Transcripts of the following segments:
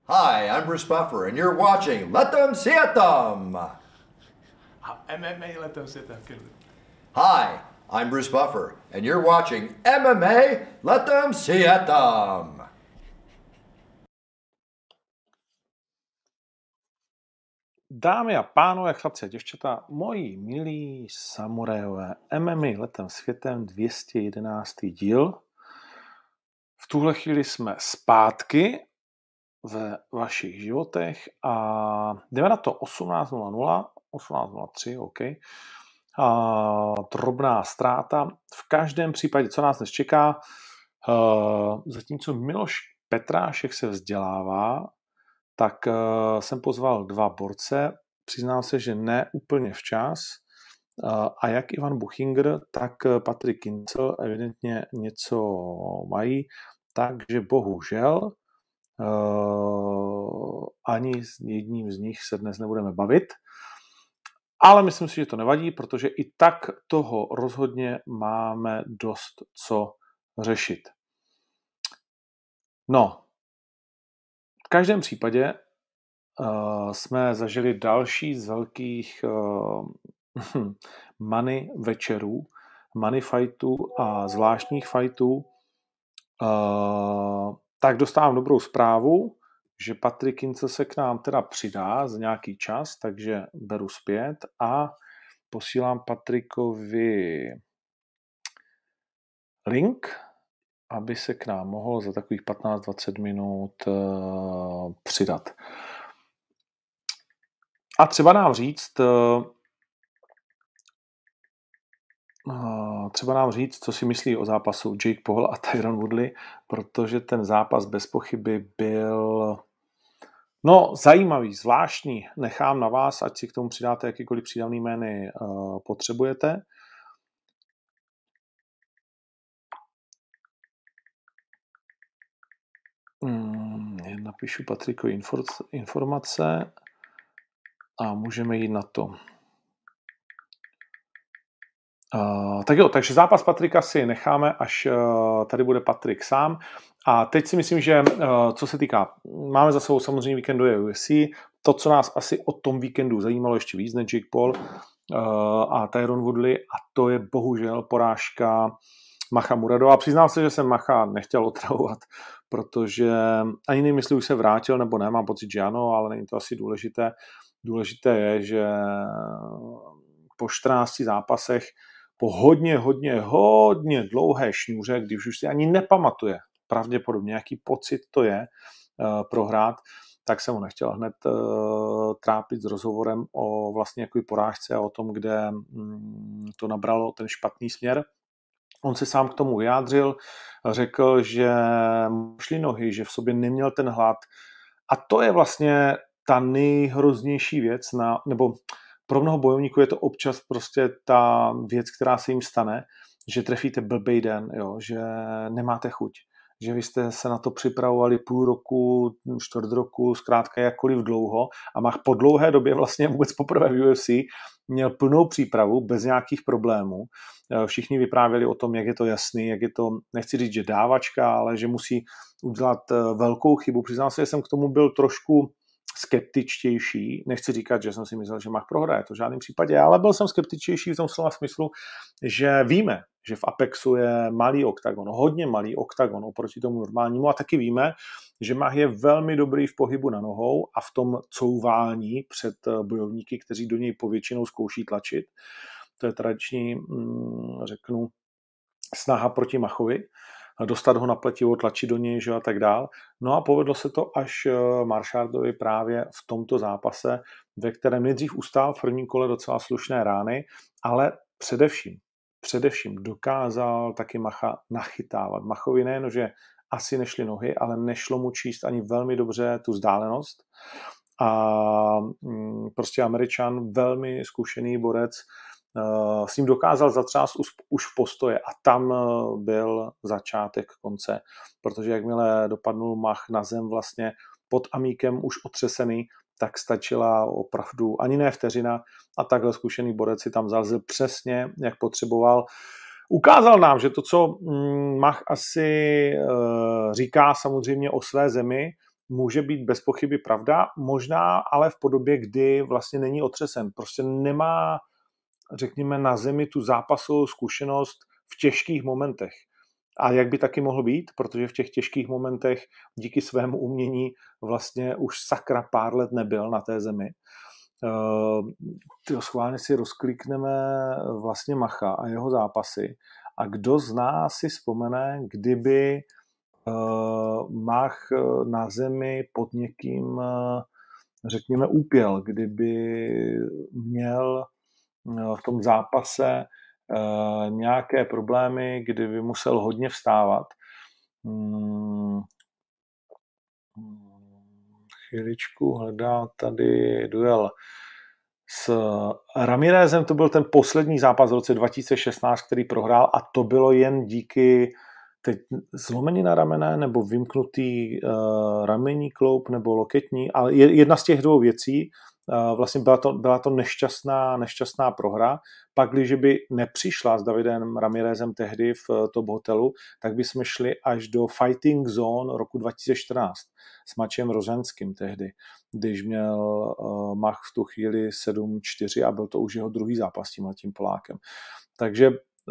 Hi, I'm Bruce Buffer, and you're watching Let Them See It Them! MMA letem světem, Kirby. Hi, I'm Bruce Buffer, and you're watching MMA Let Them See It Them! Dámy a pánové, chlapci a děvčata, moji milí samurajové, MMA letem světem 211. díl. V tuhle chvíli jsme zpátky ve vašich životech a jdeme na to 18.00, 18.03, OK. Drobná ztráta. V každém případě, co nás dnes čeká, zatímco Miloš Petrášek se vzdělává, tak jsem pozval dva borce, přiznám se, že ne úplně včas, a jak Ivan Buchinger, tak Patrik Kincl evidentně něco mají, takže bohužel ani s jedním z nich se dnes nebudeme bavit, ale myslím si, že to nevadí, protože i tak toho rozhodně máme dost co řešit. No, v každém případě jsme zažili další z velkých money večerů, money fightů a zvláštních fightů. Tak dostávám dobrou zprávu, že Patrik Kincl se k nám teda přidá za nějaký čas, takže beru zpět a posílám Patrikovi link, aby se k nám mohl za takových 15-20 minut přidat. A třeba nám říct, co si myslí o zápasu Jake Paul a Tyron Woodley, protože ten zápas bez pochyby byl zajímavý, zvláštní. Nechám na vás, ať si k tomu přidáte jakýkoliv přídavný jmény potřebujete. Napíšu Patrikovi informace a můžeme jít na to. Takže zápas Patrika si necháme, až tady bude Patrik sám. A teď si myslím, že co se týká, máme za sebou samozřejmě víkendové UFC, to, co nás asi o tom víkendu zajímalo ještě víc, než Jake Paul a Tyron Woodley, a to je bohužel porážka Macha Muradova. Přiznám se, že jsem Macha nechtěl otravovat, protože ani nevím, jestli už se vrátil nebo ne, mám pocit, že ano, ale není to asi důležité. Důležité je, že po 14 zápasech, po hodně dlouhé šňůře, když už si ani nepamatuje pravděpodobně, jaký pocit to je prohrát, tak jsem ho nechtěl hned trápit s rozhovorem o vlastně jaký porážce a o tom, kde to nabralo ten špatný směr. On se sám k tomu vyjádřil, řekl, že mu šly nohy, že v sobě neměl ten hlad. A to je vlastně ta nejhroznější věc, nebo pro mnoho bojovníků je to občas prostě ta věc, která se jim stane, že trefíte blbej den, jo, že nemáte chuť, že vy jste se na to připravovali půl roku, čtvrt roku, zkrátka jakkoliv dlouho, a Mach po dlouhé době vlastně vůbec poprvé v UFC měl plnou přípravu bez nějakých problémů. Všichni vyprávěli o tom, jak je to jasný, jak je to, nechci říct, že dávačka, ale že musí udělat velkou chybu. Přiznám se, že jsem k tomu byl trošku skeptičtější. Nechci říkat, že jsem si myslel, že Mach prohraje, to v žádném případě, ale byl jsem skeptičtější v tom slova smyslu, že víme, že v Apexu je malý oktagon, hodně malý oktagon oproti tomu normálnímu, a taky víme, že Mach je velmi dobrý v pohybu na nohou a v tom couvání před bojovníky, kteří do něj povětšinou zkouší tlačit. To je tradiční, řeknu, snaha proti Machovi, dostat ho na pletivo, tlačit do něj, že a tak dál. No a povedlo se to až Maršardovi právě v tomto zápase, ve kterém nejdřív ustál v prvním kole docela slušné rány, ale především dokázal taky Macha nachytávat. Machovi nejen, že asi nešly nohy, ale nešlo mu číst ani velmi dobře tu vzdálenost. A prostě Američan, velmi zkušený borec, s ním dokázal zatřást už v postoje, a tam byl začátek konce, protože jakmile dopadnul Mach na zem vlastně pod amíkem už otřesený, tak stačila opravdu ani ne vteřina a takhle zkušený borec si tam zalezl přesně, jak potřeboval. Ukázal nám, že to, co Mach asi říká samozřejmě o své zemi, může být bez pochyby pravda, možná ale v podobě, kdy vlastně není otřesen. Prostě nemá, řekněme, na zemi tu zápasovou zkušenost v těžkých momentech. A jak by taky mohl být, protože v těch těžkých momentech díky svému umění vlastně už sakra pár let nebyl na té zemi. Schválně si rozklikneme vlastně Macha a jeho zápasy. A kdo z nás si vzpomene, kdyby Mach na zemi pod někým, řekněme, úpěl, kdyby měl v tom zápase nějaké problémy, kdyby musel hodně vstávat. Chvíličku, hledám tady duel s Ramirezem, to byl ten poslední zápas v roce 2016, který prohrál a to bylo jen díky teď zlomenina ramene nebo vymknutý ramenní kloup nebo loketní, ale jedna z těch dvou věcí, vlastně byla to nešťastná prohra. Pak, když by nepřišla s Davidem Ramirezem tehdy v top hotelu, tak by jsme šli až do Fighting Zone roku 2014 s Mačem Rozenským tehdy, když měl Mach v tu chvíli 7-4 a byl to už jeho druhý zápas s tím Polákem. Takže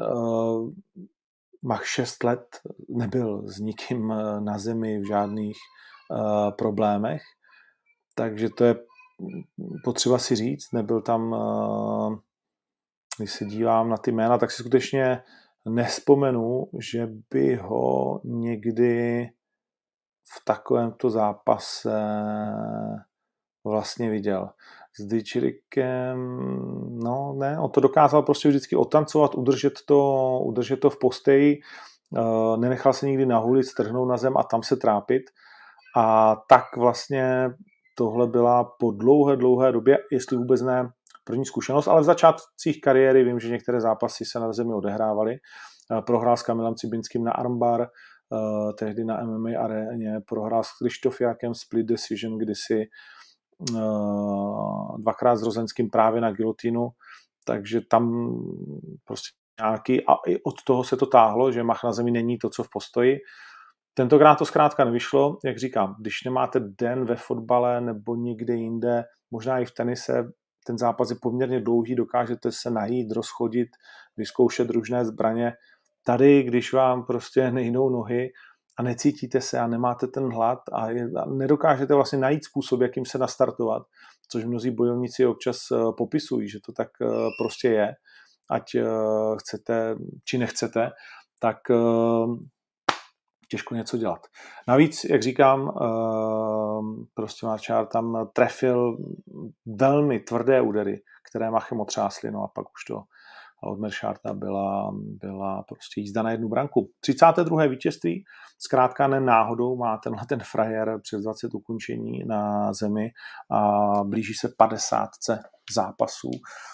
Mach 6 let nebyl s nikým na zemi v žádných problémech, takže to je potřeba si říct, nebyl tam, když se dívám na ty jména, tak si skutečně nespomenu, že by ho někdy v takovémto zápase vlastně viděl. S Dyčirikem, no ne, on to dokázal prostě vždycky otancovat, udržet to v postoji, nenechal se nikdy nahulit, strhnout na zem a tam se trápit. A tak vlastně tohle byla po dlouhé době, jestli vůbec ne první zkušenost, ale v začátcích kariéry vím, že některé zápasy se na zemi odehrávaly. Prohrál s Kamilem Cibinským na armbar, tehdy na MMA aréně, prohrál s Krištofiákem split decision, kdysi dvakrát s Rozenským právě na gilotinu, takže tam prostě nějaký, a i od toho se to táhlo, že Mach na zemi není to, co v postoji. Tentokrát to zkrátka nevyšlo, jak říkám, když nemáte den ve fotbale nebo někde jinde, možná i v tenise, ten zápas je poměrně dlouhý, dokážete se najít, rozchodit, vyzkoušet různé zbraně. Tady, když vám prostě nejdou nohy a necítíte se a nemáte ten hlad a nedokážete vlastně najít způsob, jakým se nastartovat, což mnozí bojovníci občas popisují, že to tak prostě je, ať chcete či nechcete, tak těžko něco dělat. Navíc, jak říkám, prostě Marčár tam trefil velmi tvrdé údery, které Machem otřásly, no a pak už to od Meršárta byla prostě jízda na jednu branku. 32. vítězství, zkrátka ne náhodou, má tenhle ten frajer přes 20 ukončení na zemi a blíží se 50 zápasů.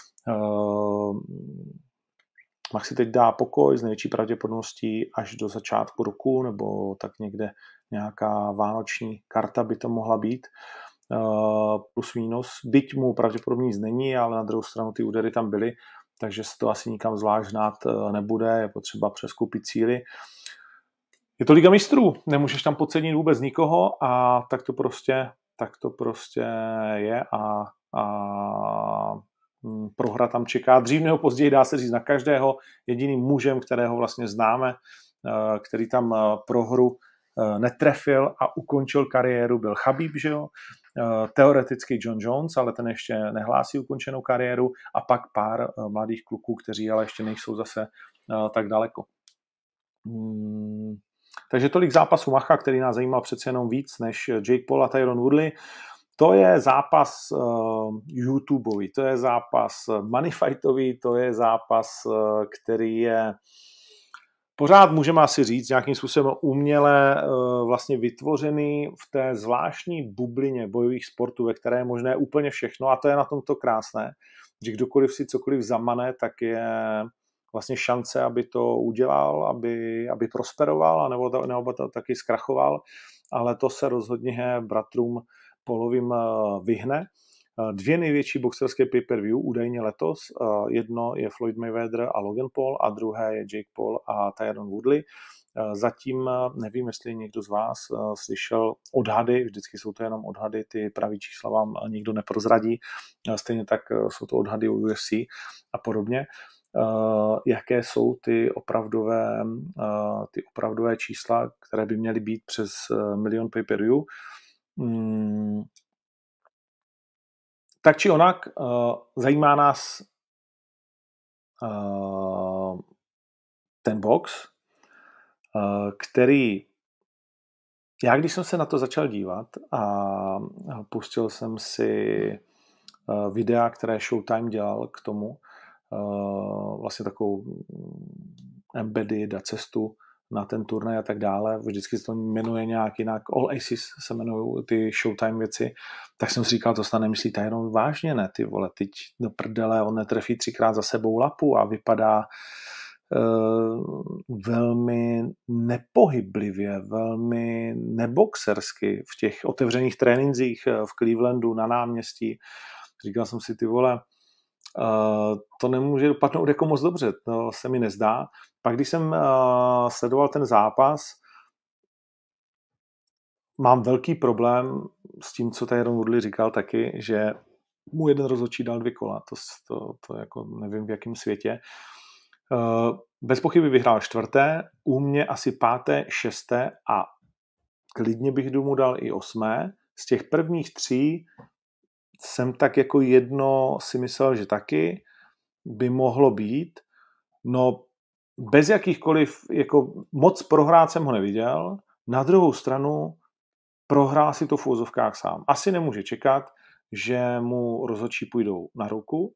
Mach si teď dá pokoj s největší pravděpodobností až do začátku roku, nebo tak někde nějaká vánoční karta by to mohla být, plus minus. Byť mu pravděpodobně nic není, ale na druhou stranu ty údery tam byly, takže se to asi nikam zvlášť hnát nebude, je potřeba přeskupit cíly. Je to Liga mistrů, nemůžeš tam podcenit vůbec nikoho a tak to prostě je a prohra tam čeká. Dřív nebo později dá se říct na každého. Jediným mužem, kterého vlastně známe, který tam prohru netrefil a ukončil kariéru, byl Chabib, že jo? Teoreticky John Jones, ale ten ještě nehlásí ukončenou kariéru a pak pár mladých kluků, kteří ale ještě nejsou zase tak daleko. Takže tolik zápasů Macha, který nás zajímal přece jenom víc než Jake Paul a Tyron Woodley. To je zápas YouTubeový, to je zápas moneyfightový, to je zápas, který je pořád, můžeme asi říct, nějakým způsobem uměle vlastně vytvořený v té zvláštní bublině bojových sportů, ve které je možné úplně všechno a to je na tomto krásné, že kdokoliv si cokoliv zamane, tak je vlastně šance, aby to udělal, aby prosperoval, nebo to taky zkrachoval, ale to se rozhodně bratrům Paulovým vyhne. Dvě největší boxerské pay-per-view údajně letos. Jedno je Floyd Mayweather a Logan Paul a druhé je Jake Paul a Tyron Woodley. Zatím nevím, jestli někdo z vás slyšel odhady, vždycky jsou to jenom odhady, ty pravý čísla vám nikdo neprozradí, stejně tak jsou to odhady u UFC a podobně. Jaké jsou ty opravdové čísla, které by měly být přes milion pay-per-view. Tak či onak, zajímá nás ten box, který já, když jsem se na to začal dívat a pustil jsem si videa, které Showtime dělal k tomu, vlastně takovou embedded a cestu na ten turnaj a tak dále, vždycky se to jmenuje nějak jinak, All Aces se jmenují ty Showtime věci, tak jsem si říkal, to snad nemyslí Tyron vážně, ne, ty vole, teď do prdele, on netrefí 3krát za sebou lapu a vypadá velmi nepohyblivě, velmi neboxersky v těch otevřených tréninzích v Clevelandu na náměstí. Říkal jsem si, ty vole, to nemůže dopadnout jako moc dobře, to se mi nezdá. Pak když jsem sledoval ten zápas, mám velký problém s tím, co Tyron Woodley říkal taky, že mu jeden rozhodčí dal 2 kola. To jako nevím v jakém světě. Bez pochyby vyhrál 4., u mě asi 5., 6. a klidně bych mu dal i 8. Z těch prvních 3 jsem tak jako jedno si myslel, že taky by mohlo být. No bez jakýchkoliv, jako moc prohrát jsem ho neviděl. Na druhou stranu prohrál si to v úzovkách sám. Asi nemůže čekat, že mu rozhodčí půjdou na ruku.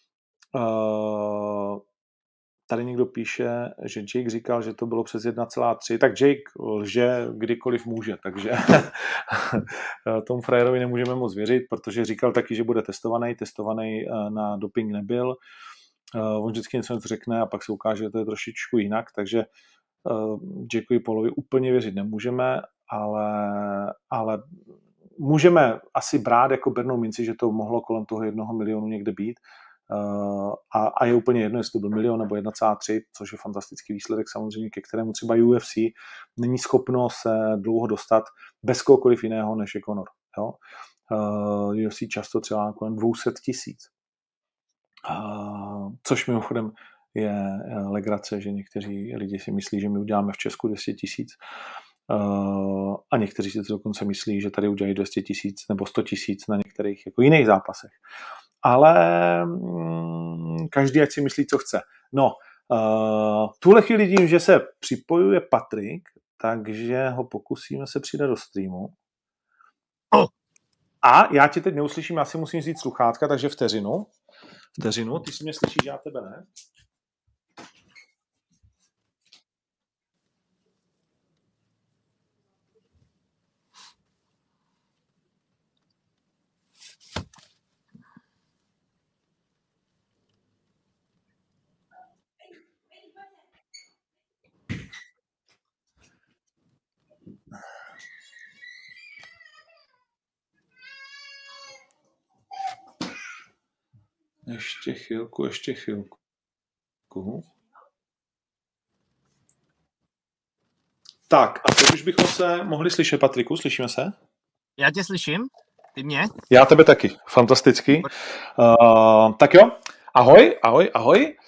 Tady někdo píše, že Jake říkal, že to bylo přes 1,3, tak Jake lže kdykoliv může, takže tomu frajerovi nemůžeme moc věřit, protože říkal taky, že bude testovaný na doping nebyl. On vždycky něco řekne a pak se ukáže, že to je trošičku jinak, takže Jakeovi Paulovi úplně věřit nemůžeme, ale můžeme asi brát jako bernou minci, že to mohlo kolem toho 1 milionu někde být. A je úplně jedno, jestli to byl 1 milion nebo 1,3, což je fantastický výsledek samozřejmě, ke kterému třeba UFC není schopno se dlouho dostat bez kohokoliv jiného, než je Conor. Jo? UFC často třeba kolem 200 000. Což mimochodem je legrace, že někteří lidi si myslí, že my uděláme v Česku 200 000 a někteří si to dokonce myslí, že tady udělají 200 000 nebo 100 000 na některých jako jiných zápasech. Ale každý ať si myslí, co chce. No, v tuhle chvíli vidím, že se připojuje Patrik, takže ho pokusíme se přidat do streamu. A já tě teď neuslyším, já si musím vzít sluchátka, takže vteřinu. Ty si mě slyšíš, já tebe ne. Ještě chvilku. Tak, a teď už bychom se mohli slyšet, Patriku, slyšíme se? Já tě slyším, ty mě? Já tebe taky, fantasticky. Tak jo, ahoj. Ahoj.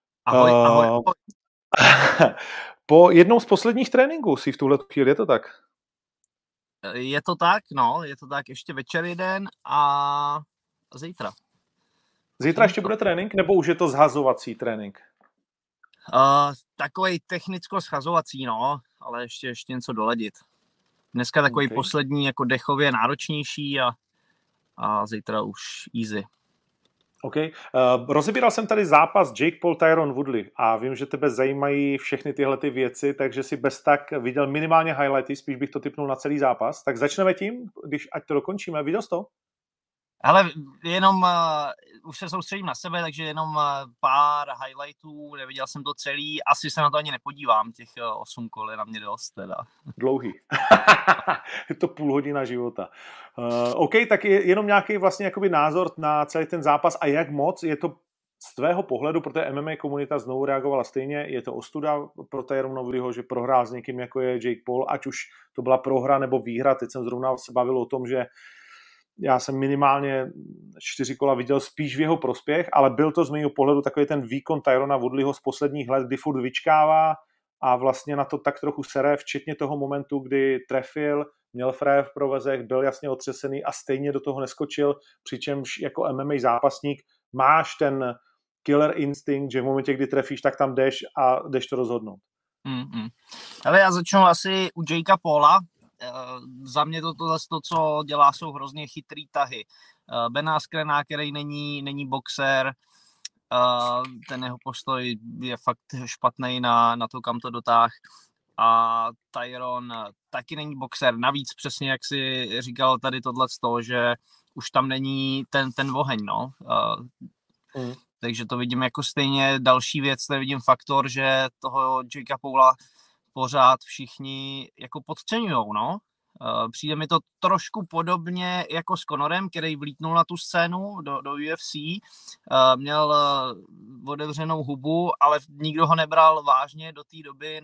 Po jednou z posledních tréninků si v tuhle chvíli, je to tak? Je to tak, no, je to tak, ještě večer jeden a zítra. Zítra ještě bude trénink, nebo už je to zhazovací trénink? Takovej technicko-schazovací, no, ale ještě něco doladit. Dneska takový poslední, jako dechově náročnější a zítra už easy. OK. Rozebíral jsem tady zápas Jake Paul Tyron Woodley a vím, že tebe zajímají všechny tyhle ty věci, takže si bez tak viděl minimálně highlighty, spíš bych to tipnul na celý zápas. Tak začneme tím, ať to dokončíme. Viděl jsi to? Ale jenom už se soustředím na sebe, takže jenom pár highlightů, neviděl jsem to celý, asi se na to ani nepodívám, těch 8 kol je na mě dost teda. Dlouhý. Je to půl hodina života. OK, tak je jenom nějaký vlastně jakoby názor na celý ten zápas a jak moc je to z tvého pohledu, protože MMA komunita znovu reagovala stejně, je to ostuda pro Tyrona Woodleyho, že prohrál s někým, jako je Jake Paul, ať už to byla prohra nebo výhra. Teď jsem zrovna se bavil o tom, že já jsem minimálně 4 kola viděl spíš v jeho prospěch, ale byl to z mého pohledu takový ten výkon Tyrona Woodleyho z posledních let, kdy furt vyčkává a vlastně na to tak trochu sere, včetně toho momentu, kdy trefil, měl fraje v provezech, byl jasně otřesený a stejně do toho neskočil, přičemž jako MMA zápasník máš ten killer instinct, že v momentě, kdy trefíš, tak tam jdeš a jdeš to rozhodnout. Ale já začnu asi u Jakea Paula. Za mě to, co dělá, jsou hrozně chytrý tahy. Ben Askren, který není boxer, ten jeho postoj je fakt špatný na to, kam to dotáh. A Tyron taky není boxer. Navíc přesně, jak si říkal tady tohleto, že už tam není ten oheň, no. Takže to vidím jako stejně. Další věc, tady vidím faktor, že toho Jakea Paula pořád všichni jako podceňujou, no. Přijde mi to trošku podobně jako s Conorem, který vlítnul na tu scénu do UFC, měl otevřenou hubu, ale nikdo ho nebral vážně do té doby,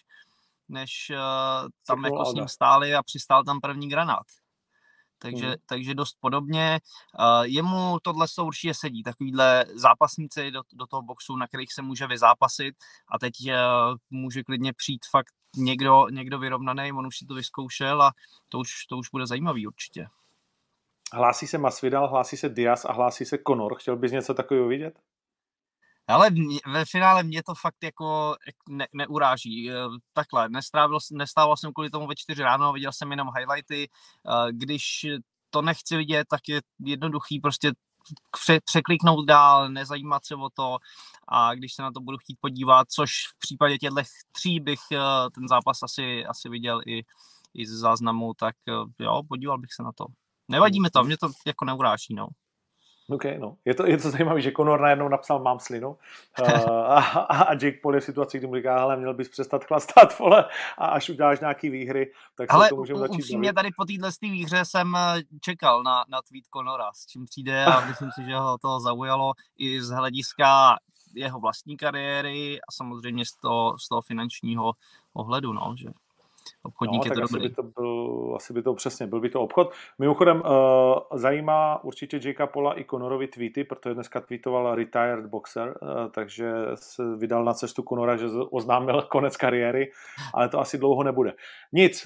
než tam jako s ním stáli a přistál tam první granát. Takže dost podobně. Jemu tohle určitě sedí, takovýhle zápasníci do toho boxu, na kterých se může vyzápasit a teď může klidně přijít fakt někdo vyrovnaný, on už si to vyzkoušel a to už bude zajímavý určitě. Hlásí se Masvidal, hlásí se Diaz a hlásí se Conor. Chtěl bys něco takového vidět? Ale ve finále mě to fakt jako neuráží. Takhle, nestával jsem kvůli tomu ve 4 ráno, viděl jsem jenom highlighty. Když to nechci vidět, tak je jednoduchý prostě překliknout dál, nezajímat se o to a když se na to budu chtít podívat, což v případě těchto 3 bych ten zápas asi viděl i z záznamu, tak jo, podíval bych se na to. Nevadí mi to, mě to jako neuráží, no. OK, no. Je to zajímavé, že Conor najednou napsal mám slinu a Jake Paul je v situaci, kdy mu říká, hele, měl bys přestat chlastat, vole, a až uděláš nějaký výhry, tak se to můžeme začít bavit. Upřímně tady po této výhře jsem čekal na tweet Conora, s čím přijde a myslím si, že ho to zaujalo i z hlediska jeho vlastní kariéry a samozřejmě z toho finančního ohledu, no, že obchodník je to dobrý. Asi by to přesně, byl by to obchod. Mimochodem zajímá určitě Jakea Paula i Conorovi tweety, protože dneska tweetoval retired boxer, takže se vydal na cestu Conora, že oznámil konec kariéry, ale to asi dlouho nebude. Nic,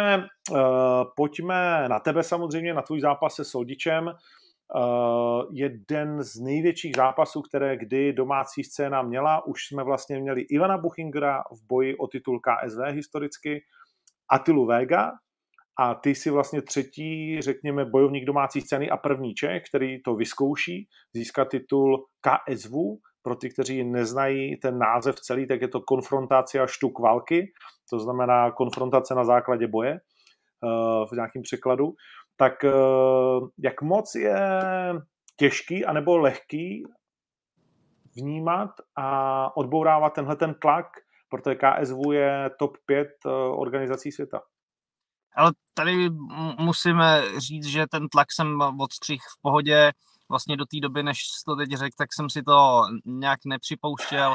pojďme na tebe samozřejmě, na tvůj zápas se Soldičem. Jeden z největších zápasů, které kdy domácí scéna měla. Už jsme vlastně měli Ivana Buchingera v boji o titul KSV historicky, Attilu Vega a ty si vlastně 3., řekněme, bojovník domácí scény a první Čech, který to vyzkouší, získat titul KSV. Pro ty, kteří neznají ten název celý, tak je to konfrontácia štuk války, to znamená konfrontace na základě boje v nějakém překladu. Tak jak moc je těžký anebo lehký vnímat a odbourávat tenhle ten tlak, protože KSV je top 5 organizací světa? Ale tady musíme říct, že ten tlak jsem odstřih v pohodě. Vlastně do té doby, než to teď řekl, tak jsem si to nějak nepřipouštěl.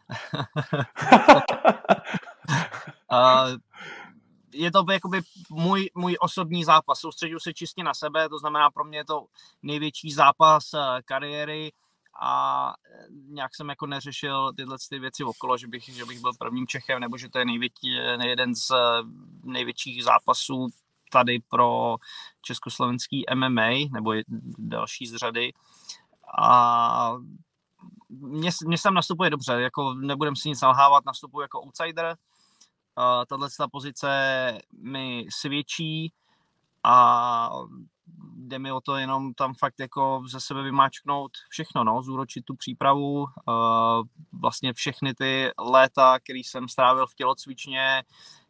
Je to jakoby můj osobní zápas. Soustředil se čistě na sebe, to znamená pro mě je to největší zápas kariéry a nějak jsem jako neřešil tyhle věci okolo, že bych byl prvním Čechem, nebo že to je jeden z největších zápasů tady pro československý MMA, nebo další z řady. A mě sem nastupuje dobře, jako nebudem si nic nalhávat, nastupuji jako outsider. Tato pozice mi svědčí a jde mi o to jenom tam fakt jako ze sebe vymáčknout všechno, no, zúročit tu přípravu, vlastně všechny ty léta, který jsem strávil v tělocvičně,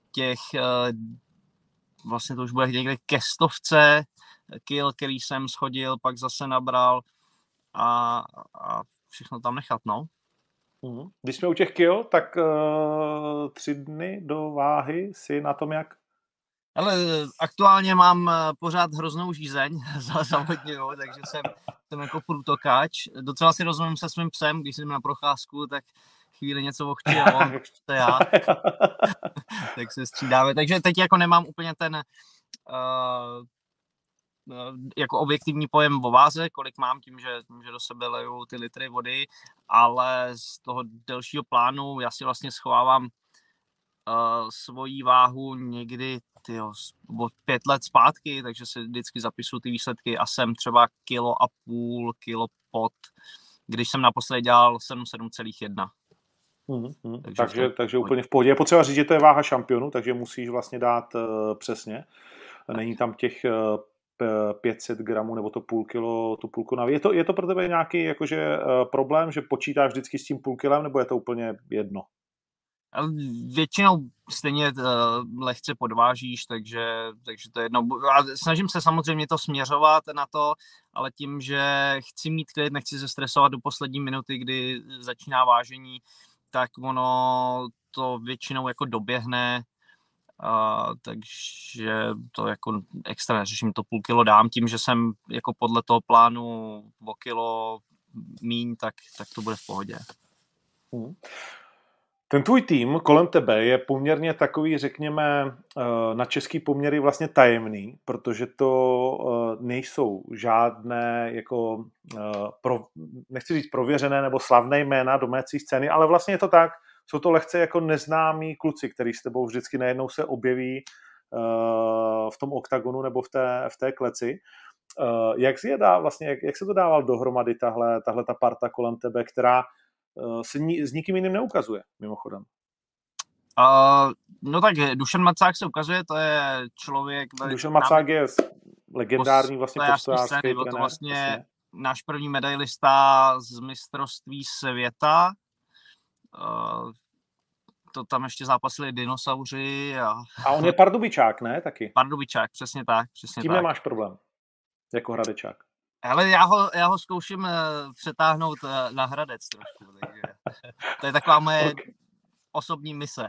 vlastně to už bude někde ke 100 kil, který jsem schodil, pak zase nabral a všechno tam nechat, no. Když jsme u těch kil, tak 3 dny do váhy si na tom jak? Ale aktuálně mám pořád hroznou žízeň závodního, takže jsem jako průtokáč. Docela si rozumím se svým psem, když jsem na procházku, tak chvíli něco ochčí a on, to já. Tak se střídáme. Takže teď jako nemám úplně ten jako objektivní pojem o váze, kolik mám tím, že do sebe leju ty litry vody, ale z toho delšího plánu já si vlastně schovávám svoji váhu někdy od 5 let zpátky, takže si vždycky zapisuju ty výsledky a jsem třeba 1,5 kilo pod, když jsem naposledy dělal 7,1. Takže úplně v pohodě. Je potřeba říct, že to je váha šampionu, takže musíš vlastně dát přesně. Není tam těch 500 gramů nebo to půl kilo na je to pro tebe nějaký jakože problém, že počítáš vždycky s tím půl kilem, nebo je to úplně jedno? Většinou stejně lehce podvážíš, takže to je jedno. A snažím se samozřejmě to směřovat na to, ale tím, že chci mít klid, nechci se stresovat do poslední minuty, kdy začíná vážení, tak ono to většinou jako doběhne, takže to jako extra neřeším, to půl kilo dám, tím, že jsem jako podle toho plánu o kilo míň, tak to bude v pohodě. Ten tvůj tým kolem tebe je poměrně takový, řekněme, na český poměry vlastně tajemný, protože to nejsou žádné, jako, nechci říct prověřené nebo slavné jména domácí scény, ale vlastně je to tak, jsou to lehce jako neznámí kluci, který s tebou vždycky najednou se objeví v tom oktagonu nebo v té kleci. Jak se to dával dohromady tahle ta parta kolem tebe, která se s nikým jiným neukazuje, mimochodem? No tak Dušan Macák se ukazuje, to je člověk... Dušan Macák je legendární vlastně postojářský trenér. To vlastně náš první medailista z mistrovství světa. To tam ještě zápasili dinosauři. A on je Pardubičák, ne? Taky? Pardubičák, přesně tak. S tím nemáš problém, jako Hradečák. Hele, já ho zkouším přetáhnout na Hradec trošku, takže to je taková moje osobní mise.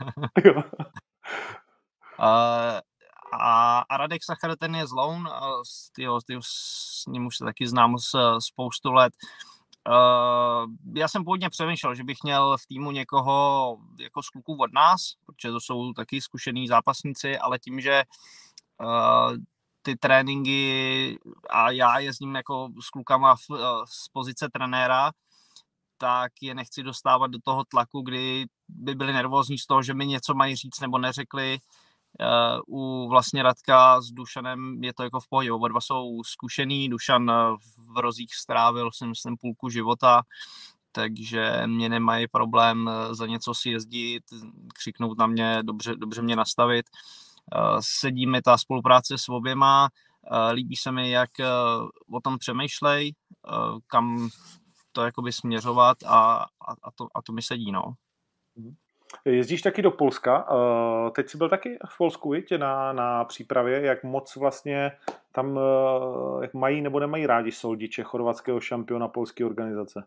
A Radek Sachar, ten je z Loun, s ním už se taky znám spoustu let. Já jsem původně přemýšlel, že bych měl v týmu někoho jako z kluků od nás, protože to jsou taky zkušený zápasníci, ale tím, že ty tréninky a já jezdím jako s klukama z pozice trenéra, tak je nechci dostávat do toho tlaku, kdy by byli nervózní z toho, že mi něco mají říct nebo neřekli. U vlastně Radka s Dušanem je to jako v pohodě. Oba dva jsou zkušený, Dušan v Rozích strávil, si myslím, půlku života, takže mě nemají problém za něco si jezdit, křiknout na mě, dobře mě nastavit. Sedí mi ta spolupráce s oběma, líbí se mi, jak o tom přemýšlej, kam to jakoby směřovat a to mi sedí, no. Jezdíš taky do Polska, teď jsi byl taky v Polsku, viď, na přípravě, jak moc vlastně tam jak mají nebo nemají rádi soldiče chorvatského šampiona polské organizace?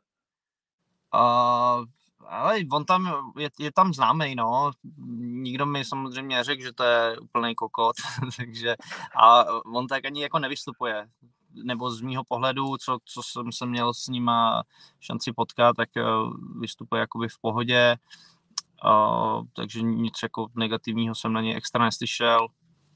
Ale on tam je tam známej, no. Nikdo mi samozřejmě řekl, že to je úplný kokot, takže a on tak ani jako nevystupuje. Nebo z mýho pohledu, co jsem se měl s ním šanci potkat, tak vystupuje jakoby v pohodě. Takže nic jako negativního jsem na něj extra neslyšel.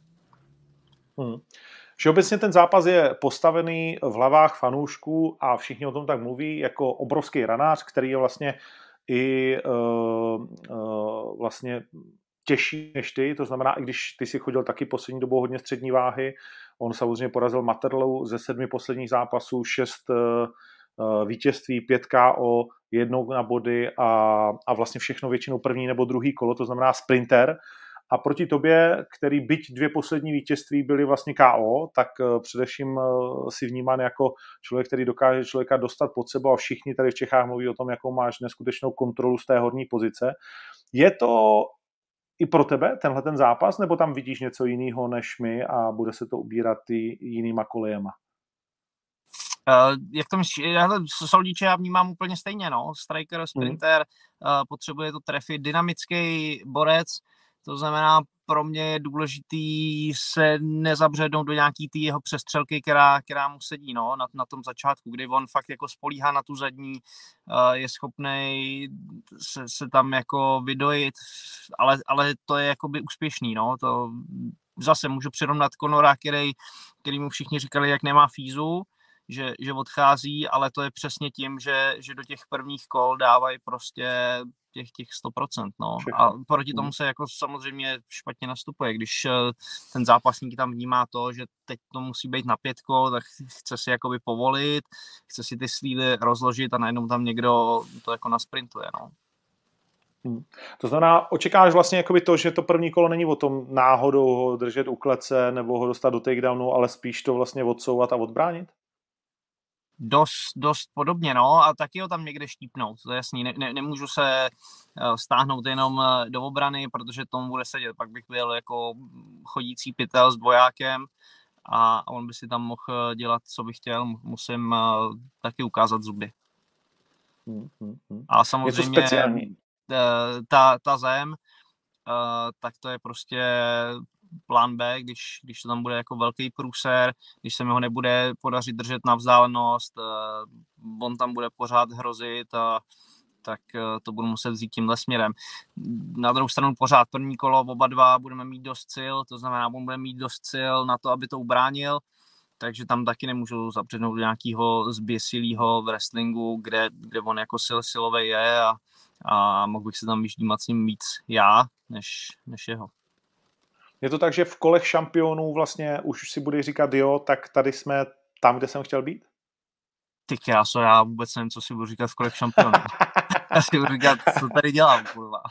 Všeobecně ten zápas je postavený v hlavách fanoušků a všichni o tom tak mluví jako obrovský ranář, který je vlastně i vlastně těžší než ty, to znamená, i když ty si chodil taky poslední dobou hodně střední váhy, on samozřejmě porazil Materlu ze 7 posledních zápasů, 6 vítězství, 5 KO, 1 na body a vlastně všechno většinou první nebo druhý kolo, to znamená sprinter. A proti tobě, který byť 2 poslední vítězství byly vlastně KO, tak především si vnímán jako člověk, který dokáže člověka dostat pod sebou a všichni tady v Čechách mluví o tom, jakou máš neskutečnou kontrolu z té horní pozice. Je to i pro tebe tenhle ten zápas, nebo tam vidíš něco jiného než my a bude se to ubírat i jinýma kolejema? Jak to myslíš? Soldiče já vnímám úplně stejně, no. Striker, sprinter, potřebuje to trefit, dynamický borec, to znamená pro mě je důležitý se nezabřednout do nějaký ty jeho přestřelky, která mu sedí, no, na tom začátku, kdy on fakt jako spolíhá na tu zadní, je schopnej se tam jako vydojit, ale to je jakoby úspěšný, no, to zase můžu přirovnat Conora, který mu všichni říkali, jak nemá fízu, že odchází, ale to je přesně tím, že do těch prvních kol dávají prostě těch 100%, no. A proti tomu se jako samozřejmě špatně nastupuje, když ten zápasník tam vnímá to, že teď to musí být na 5 kol, tak chce si jakoby povolit, chce si ty slídy rozložit a najednou tam někdo to jako nasprintuje, no. To znamená, očekáváš vlastně jakoby to, že to první kolo není o tom náhodou ho držet u klece nebo ho dostat do takedownu, ale spíš to vlastně odsouvat a odbránit? Dost podobně, no, a taky ho tam někde štípnout, to je jasný, nemůžu se stáhnout jenom do obrany, protože tomu bude sedět, pak bych byl jako chodící pytel s dvojákem a on by si tam mohl dělat, co by chtěl, musím taky ukázat zuby. A samozřejmě ta zem, tak to je prostě plán B, když to tam bude jako velký průser, když se mi ho nebude podařit držet na vzdálenost, on tam bude pořád hrozit, tak to budu muset vzít tímhle směrem. Na druhou stranu pořád první kolo, oba dva budeme mít dost sil, to znamená, on bude mít dost sil na to, aby to ubránil, takže tam taky nemůžu zapřednout do nějakého zběsilého wrestlingu, kde on jako silový je a mohl bych se tam vyždímat s ním víc já, než jeho. Je to tak, že v kolech šampionů vlastně už si budeš říkat jo, tak tady jsme tam, kde jsem chtěl být? Ty kráso, já vůbec nevím, co si budu říkat v kolech šampionů. Já si budu říkat, co tady dělám, kurva.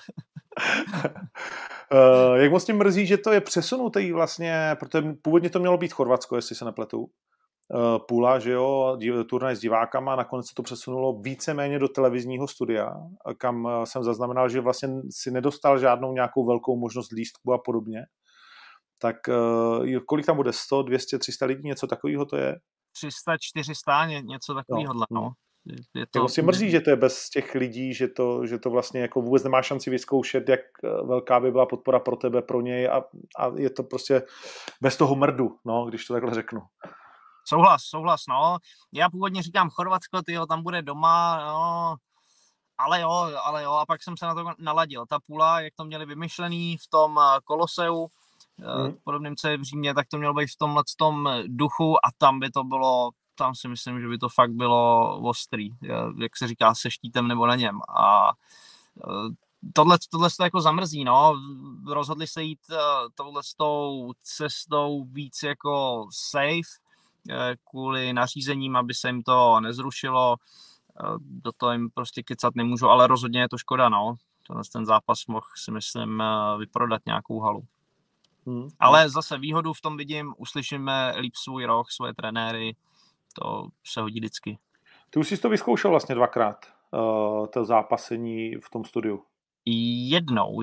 Jak moc tím mrzí, že to je přesunutý vlastně, protože původně to mělo být Chorvatsko, jestli se nepletu. Půla, že jo, turnaj s divákama, nakonec se to přesunulo víceméně do televizního studia, kam jsem zaznamenal, že vlastně si nedostal žádnou nějakou velkou možnost lístku a podobně. Tak kolik tam bude? 100, 200, 300 lidí? Něco takového to je? 300, 400, něco takového, no. Je to vlastně mrzí, že to je bez těch lidí, že to vlastně jako vůbec nemá šanci vyzkoušet, jak velká by byla podpora pro tebe, pro něj a je to prostě bez toho mrdu, no, když to takhle řeknu. Souhlas, no. Já původně říkám Chorvatsko, tyjo, tam bude doma, no. Ale jo, a pak jsem se na to naladil. Ta Pula, jak to měli vymyšlený v tom Koloseu, podobným, co je v Římě, tak to mělo být v tomhletom duchu a tam by to bylo, tam si myslím, že by to fakt bylo ostrý, jak se říká, se štítem nebo na něm. A tohle to jako zamrzí, no. Rozhodli se jít touhletou cestou víc jako safe, kvůli nařízením, aby se jim to nezrušilo. Do toho jim prostě kecat nemůžu, ale rozhodně je to škoda, no. Ten zápas mohl, si myslím, vyprodat nějakou halu. Ale zase výhodu v tom vidím, uslyšíme líp svůj roh, svoje trenéry, to se hodí vždycky. Ty už jsi to vyzkoušel vlastně 2krát, to zápasení v tom studiu. Jednou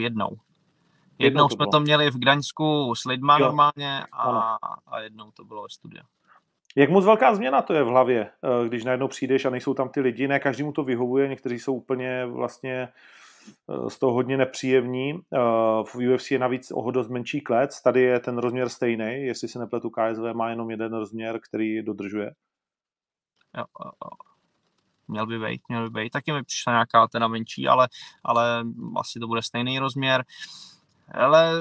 jsme to měli v Gdaňsku s lidma normálně a jednou to bylo ve studiu. Jak moc velká změna to je v hlavě, když najednou přijdeš a nejsou tam ty lidi, ne každému to vyhovuje, někteří jsou úplně vlastně z toho hodně nepříjemní. V UFC je navíc o dost menší klec, tady je ten rozměr stejný, jestli se nepletu, KSV má jenom jeden rozměr, který dodržuje. Jo. Měl by být. Taky mi přišla nějaká teda menší, ale asi to bude stejný rozměr. Ale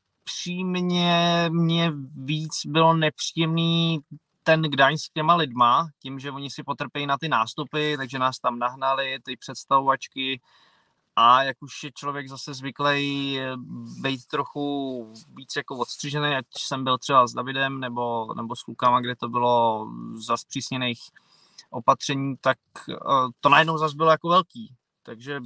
upřímně mě víc bylo nepříjemný ten Gdaňsk s těma lidma, tím, že oni si potrpějí na ty nástupy, takže nás tam nahnali, ty představovačky a jak už je člověk zase zvyklý být trochu víc jako odstřižený, ať jsem byl třeba s Davidem nebo s klukama, kde to bylo za zpřísněných opatření, tak to najednou zase bylo jako velký, takže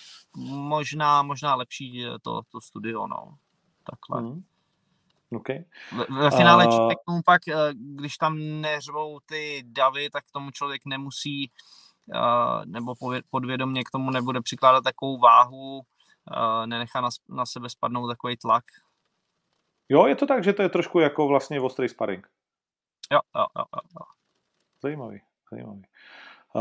možná lepší to studio, no, takhle. Okay. Ve finále člověk tomu pak, když tam neřvou ty davy, tak tomu člověk nemusí nebo podvědomě k tomu nebude přikládat takovou váhu, nenechá na sebe spadnout takový tlak. Jo, je to tak, že to je trošku jako vlastně ostrý sparring. Jo. Zajímavý.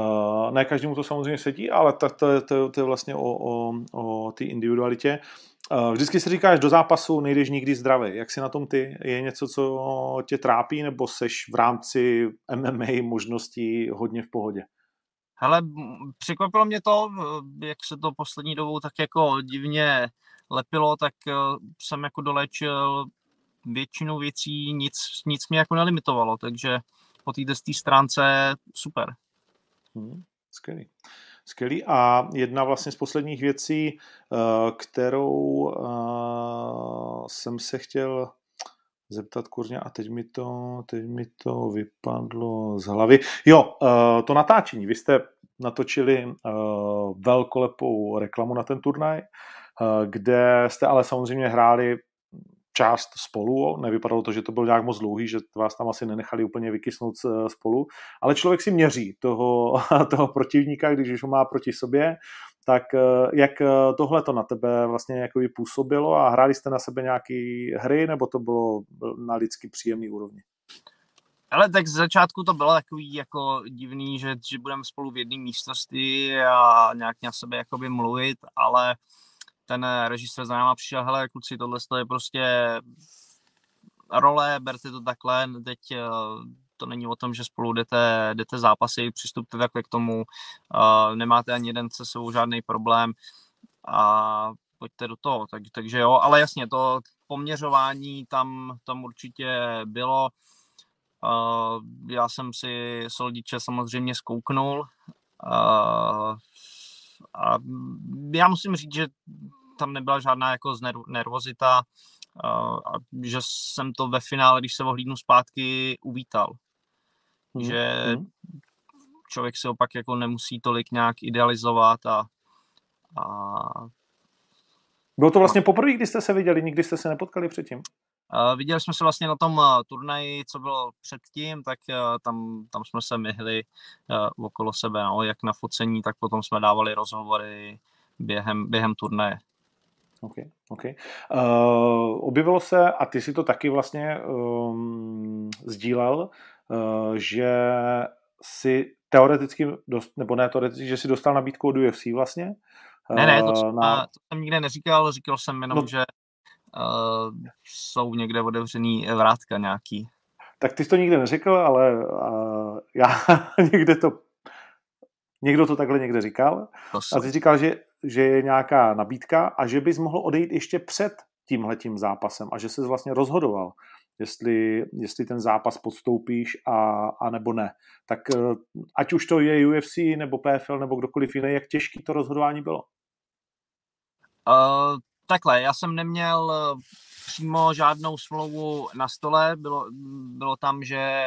Ne každému to samozřejmě sedí, ale to je vlastně o té individualitě. Vždycky si říkáš, do zápasu nejdeš nikdy zdravý. Jak jsi na tom ty? Je něco, co tě trápí, nebo seš v rámci MMA možností hodně v pohodě? Hele, překvapilo mě to, jak se to poslední dobou tak jako divně lepilo, tak jsem jako dolečil většinu věcí, nic mě jako nelimitovalo, takže po té stránce super. Skvělý. Skvělý. A jedna vlastně z posledních věcí, kterou jsem se chtěl zeptat kurně a teď mi to vypadlo z hlavy. Jo, to natáčení. Vy jste natočili velkolepou reklamu na ten turnaj, kde jste ale samozřejmě hráli část spolu, nevypadalo to, že to byl nějak moc dlouhý, že vás tam asi nenechali úplně vykysnout spolu, ale člověk si měří toho protivníka, když už ho má proti sobě, tak jak tohle to na tebe vlastně jako působilo a hráli jste na sebe nějaký hry, nebo to bylo na lidsky příjemný úrovni? Ale tak z začátku to bylo takový jako divný, že budeme spolu v jedné místnosti a nějak na sebe jakoby mluvit, ale ten režisér za náma přišel, hele kluci, tohle je prostě role, berte to takhle, teď to není o tom, že spolu jdete zápasy, přistupte takhle k tomu, nemáte ani jeden se sebou žádný problém a pojďte do toho, takže jo, ale jasně, to poměřování tam určitě bylo. Já jsem si Soldiče samozřejmě zkouknul a já musím říct, že tam nebyla žádná jako nervozita a že jsem to ve finále, když se ohlídnu zpátky, uvítal. Že člověk si opak jako nemusí tolik nějak idealizovat a Bylo to vlastně poprvé, kdy jste se viděli, nikdy jste se nepotkali předtím? Viděli jsme se vlastně na tom turnaji, co bylo předtím, tak tam jsme se myhli okolo sebe, no, jak na focení, tak potom jsme dávali rozhovory během turnaje. Okay. Objevilo se, a ty si to taky vlastně sdílel, že si teoreticky, nebo ne teoreticky, že si dostal nabídku od UFC vlastně? Ne, to jsem nikde neříkal, říkal jsem jenom, že jsou někde otevřený vrátka nějaký. Tak ty jsi to nikde neřekl, ale já někdo to takhle někde říkal. A ty říkal, že je nějaká nabídka a že bys mohl odejít ještě před tímhletím zápasem a že ses vlastně rozhodoval, jestli ten zápas podstoupíš a nebo ne. Tak ať už to je UFC nebo PFL nebo kdokoliv jiný, jak těžký to rozhodování bylo? Takhle, já jsem neměl přímo žádnou smlouvu na stole, bylo tam, že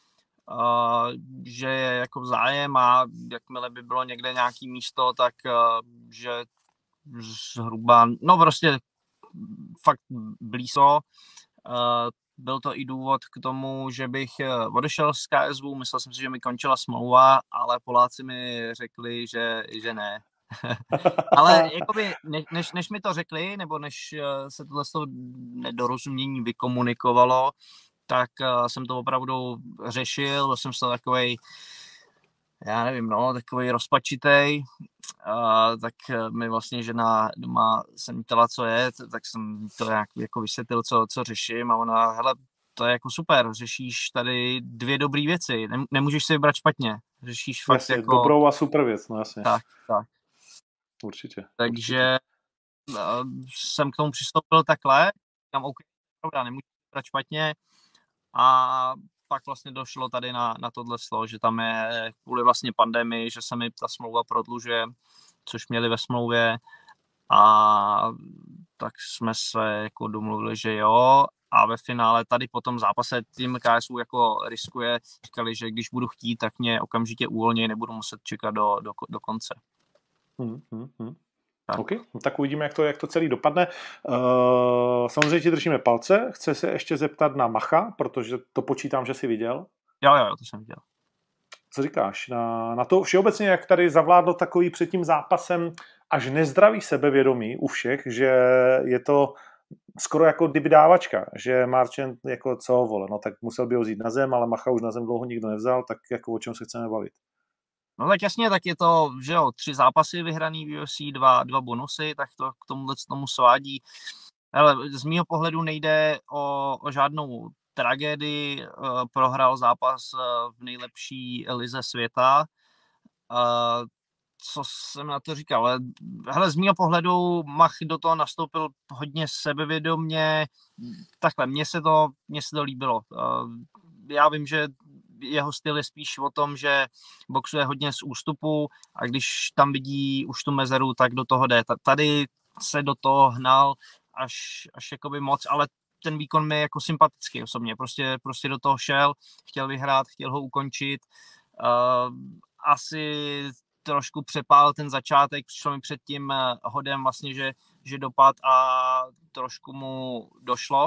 je jako zájem a jakmile by bylo někde nějaký místo, tak že zhruba, no prostě fakt blízko. Byl to i důvod k tomu, že bych odešel z KSV, myslel jsem si, že mi končila smlouva, ale Poláci mi řekli, že ne. Ale jakoby, než mi to řekli, nebo než se tohle nedorozumění vykomunikovalo, tak jsem to opravdu řešil, byl jsem se takovej, já nevím, takovej rozpačitej, tak mi vlastně žena doma jsem ptala, co je, tak jsem to jako vysvětlil, co řeším a ona, hele, to je jako super, řešíš tady 2 dobré věci, nemůžeš si vybrat špatně, řešíš fakt jasně, jako... dobrou a super věc, no jasně. Tak. Určitě. Takže jsem k tomu přistoupil takhle, říkám, OK, pravda, nemůžu si vybrat špatně a pak vlastně došlo tady na tohle slovo, že tam je kvůli vlastně pandemii, že se mi ta smlouva prodlužuje, což měli ve smlouvě a tak jsme se jako domluvili, že jo a ve finále tady po tom zápase tým KSU jako riskuje, říkali, že když budu chtít, tak mě okamžitě uvolněj, nebudu muset čekat do konce. Tak. OK, tak uvidíme, jak to celý dopadne. Samozřejmě ti držíme palce. Chci se ještě zeptat na Macha, protože to počítám, že jsi viděl. Jo, to jsem viděl. Co říkáš na to všeobecně, jak tady zavládlo takový před tím zápasem až nezdravý sebevědomí u všech, že je to skoro jako kdyby dávačka, že Marchand jako co vole, no tak musel by ho vzít na zem, ale Macha už na zem dlouho nikdo nevzal, tak jako o čem se chceme bavit? No tak jasně, tak je to, že jo, 3 zápasy vyhraný v UFC, 2 bonusy, tak to k tomu svádí. Ale z mýho pohledu nejde o žádnou tragédii, prohrál zápas v nejlepší lize světa. Co jsem na to říkal? Ale hele, z mýho pohledu Mach do toho nastoupil hodně sebevědomně. Takhle, mně se to líbilo. Já vím, že jeho styl je spíš o tom, že boxuje hodně z ústupu a když tam vidí už tu mezeru, tak do toho jde. Tady se do toho hnal až jakoby moc, ale ten výkon mi je jako sympatický osobně. Prostě do toho šel, chtěl vyhrát, chtěl ho ukončit. Asi trošku přepálil ten začátek, přišlo mi před tím hodem vlastně, že dopad a trošku mu došlo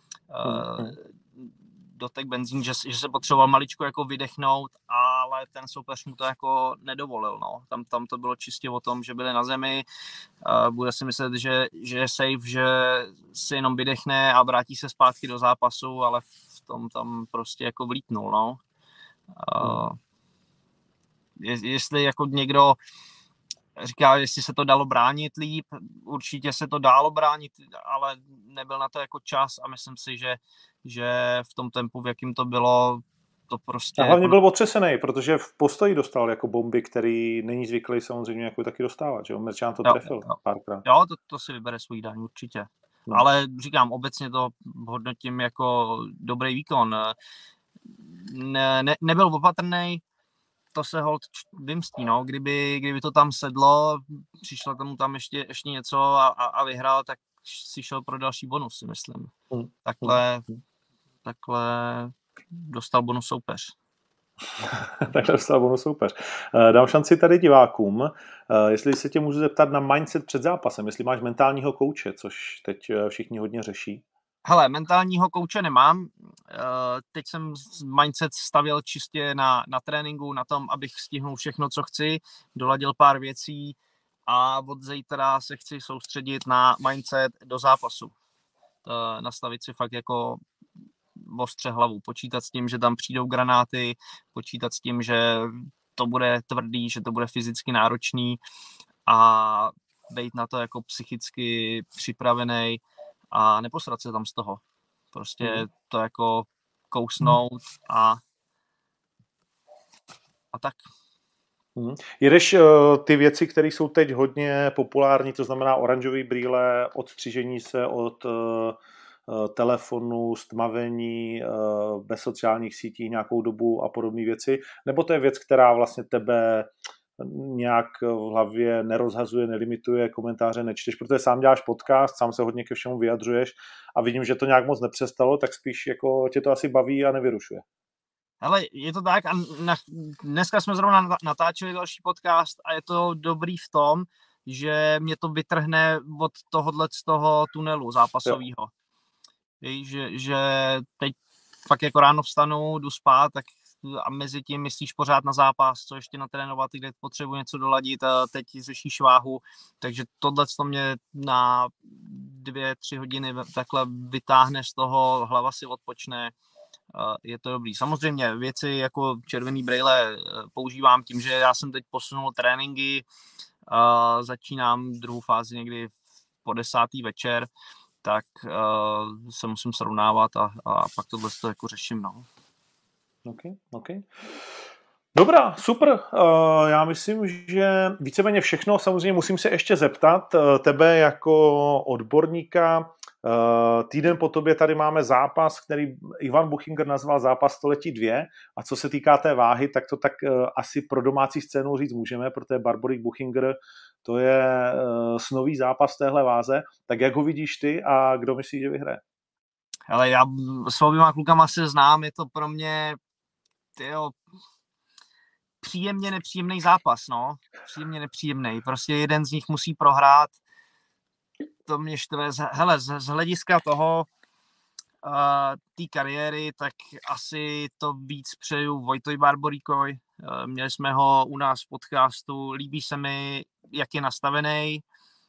dotek benzín, že se potřeboval maličko jako vydechnout, ale ten soupeř mu to jako nedovolil. No. Tam to bylo čistě o tom, že byli na zemi, bude si myslet, že je safe, že si jenom vydechne a vrátí se zpátky do zápasu, ale v tom tam prostě jako vlítnul. No. Jestli jako někdo říká, jestli se to dalo bránit líp, určitě se to dalo bránit, ale nebyl na to jako čas a myslím si, že v tom tempu, v jakým to bylo, to prostě... A hlavně byl otřesený, protože v postoji dostal jako bomby, který není zvyklý samozřejmě jako taky dostávat, že Merčán to trefil párkrát. Jo, to si vybere svůj daň určitě. No. Ale říkám, obecně to hodnotím jako dobrý výkon. Nebyl opatrnej, to se holt vymstí, no. Kdyby to tam sedlo, přišlo tam ještě něco a vyhrál, tak si šel pro další bonus, si myslím. Takhle dostal bonus soupeř. Takhle dostal bonus soupeř. Dám šanci tady divákům, jestli se tě můžu zeptat na mindset před zápasem, jestli máš mentálního kouče, což teď všichni hodně řeší. Hele, mentálního kouče nemám. Teď jsem mindset stavěl čistě na tréninku, na tom, abych stihnul všechno, co chci, doladil pár věcí a od zítra se chci soustředit na mindset do zápasu. Nastavit si fakt jako ostře hlavu, počítat s tím, že tam přijdou granáty, počítat s tím, že to bude tvrdý, že to bude fyzicky náročný a být na to jako psychicky připravený a neposrat se tam z toho. Prostě to jako kousnout a tak. Jedeš ty věci, které jsou teď hodně populární, to znamená oranžový brýle, odstřižení se od telefonu, stmavení, bez sociálních sítí nějakou dobu a podobné věci, nebo to je věc, která vlastně tebe nějak v hlavě nerozhazuje, nelimituje, komentáře nečteš, protože sám děláš podcast, sám se hodně ke všemu vyjadřuješ a vidím, že to nějak moc nepřestalo, tak spíš jako tě to asi baví a nevyrušuje. Hele, je to tak a dneska jsme zrovna natáčeli další podcast a je to dobrý v tom, že mě to vytrhne od tohohle z toho tunelu zápasového. Že teď fakt jako ráno vstanu, jdu spát, tak a mezi tím myslíš pořád na zápas, co ještě natrénovat, kde potřebuji něco doladit a teď řešíš váhu, takže tohle to mě na 2-3 hodiny takhle vytáhne z toho, hlava si odpočne, je to dobrý. Samozřejmě věci jako červený brejle používám tím, že já jsem teď posunul tréninky, začínám druhou fázi někdy po 10. večer, tak se musím srovnávat a pak tohle to jako řeším, no. Okay. Dobrá, super. Já myslím, že víceméně všechno. Samozřejmě musím se ještě zeptat tebe jako odborníka. Týden po tobě tady máme zápas, který Ivan Buchinger nazval zápas století 2 a co se týká té váhy, tak to tak asi pro domácí scénu říct můžeme, protože Barborík Buchinger to je snový zápas téhle váze. Tak jak ho vidíš ty a kdo myslíš, že vyhraje? Ale já s oběma klukama se znám, je to pro mě příjemně nepříjemný zápas, no. Příjemně nepříjemný. Prostě jeden z nich musí prohrát. To mě štve. Hele, z hlediska toho té kariéry, tak asi to víc přeju Vojtovi Barboríkovi. Měli jsme ho u nás v podcastu. Líbí se mi, jak je nastavený,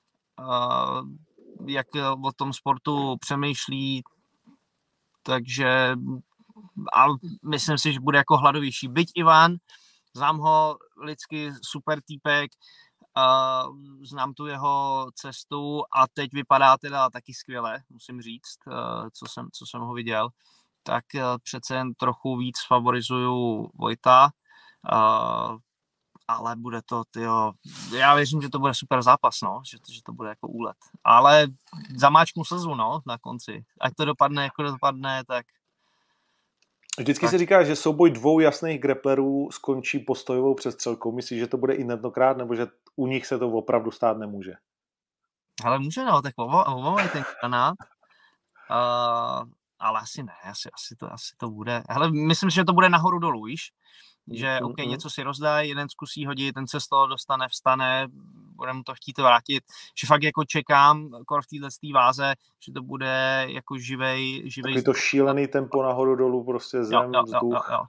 jak o tom sportu přemýšlí, takže a myslím si, že bude jako hladovější. Byť Ivan Znám ho lidsky, super týpek, znám tu jeho cestu a teď vypadá teda taky skvěle, musím říct, co jsem ho viděl. Tak přece jen trochu víc favorizuju Vojta, ale bude to, já věřím, že to bude super zápas, no, že to bude jako úlet. Ale zamáčknu slzu, no, na konci. Ať to dopadne, jako dopadne, tak... Vždycky se říká, že souboj dvou jasných grapplerů skončí postojovou přestřelkou. Myslíš, že to bude i tentokrát, nebo že u nich se to opravdu stát nemůže? Ale může, no, tak oba ten granát. Ale asi ne, asi to bude. Hele, myslím si, že to bude nahoru dolů, víš? Že OK, něco si rozdají, jeden zkusí hodit, ten se z toho dostane, vstane, bude mu to chtít vrátit. Že fakt jako čekám, v této váze, že to bude jako živej. Takový to šílený tempo nahoru dolů, prostě zem, vzduch. Jo.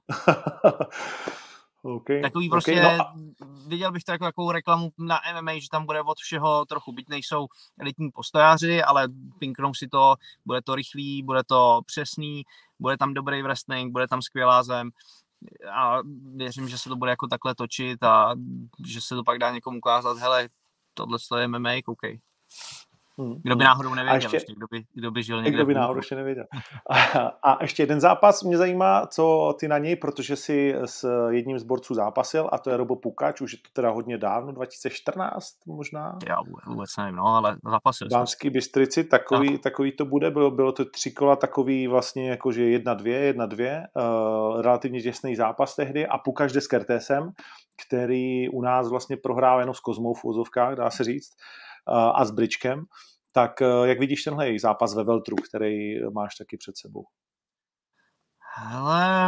Okay, takový prostě, viděl bych to jako takovou reklamu na MMA, že tam bude od všeho trochu, byť nejsou elitní postojáři, ale pinknou si to, bude to rychlý, bude to přesný, bude tam dobrý wrestling, bude tam skvělá zem a věřím, že se to bude jako takhle točit a že se to pak dá někomu ukázat, hele, tohle je MMA, koukej. Kdo by náhodou nevěděl, ještě, kdo by žil někde. Kdo by náhodou ještě nevěděl. A ještě jeden zápas mě zajímá, co ty na něj, protože jsi s jedním z borců zápasil a to je Robo Pukač, už je to teda hodně dávno, 2014 možná? Já vůbec nevím, no, ale zápasil. Banský Bystrici, takový to bude, bylo to 3 kola takový vlastně jakože 1-2, relativně těsný zápas tehdy a Pukač jde s Kertésem, který u nás vlastně prohrál jenom s Kozmou v úzovkách, dá se říct, a s Bričkem. Tak jak vidíš tenhle jejich zápas ve weltru, který máš taky před sebou? Hele,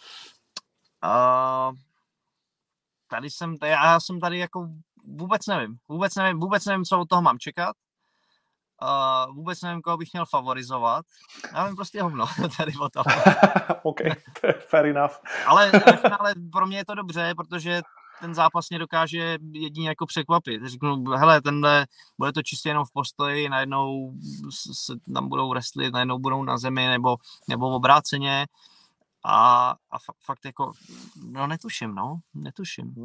já jsem tady jako vůbec nevím, co od toho mám čekat. Vůbec nevím, koho bych měl favorizovat. Já vím prostě hovno tady o tom. OK, fair enough. ale pro mě je to dobře, protože ten zápas mě dokáže jedině jako překvapit. Řeknu, hele, bude to čistě jenom v postoji, najednou se tam budou wrestlit, najednou budou na zemi nebo obráceně a fakt jako, netuším.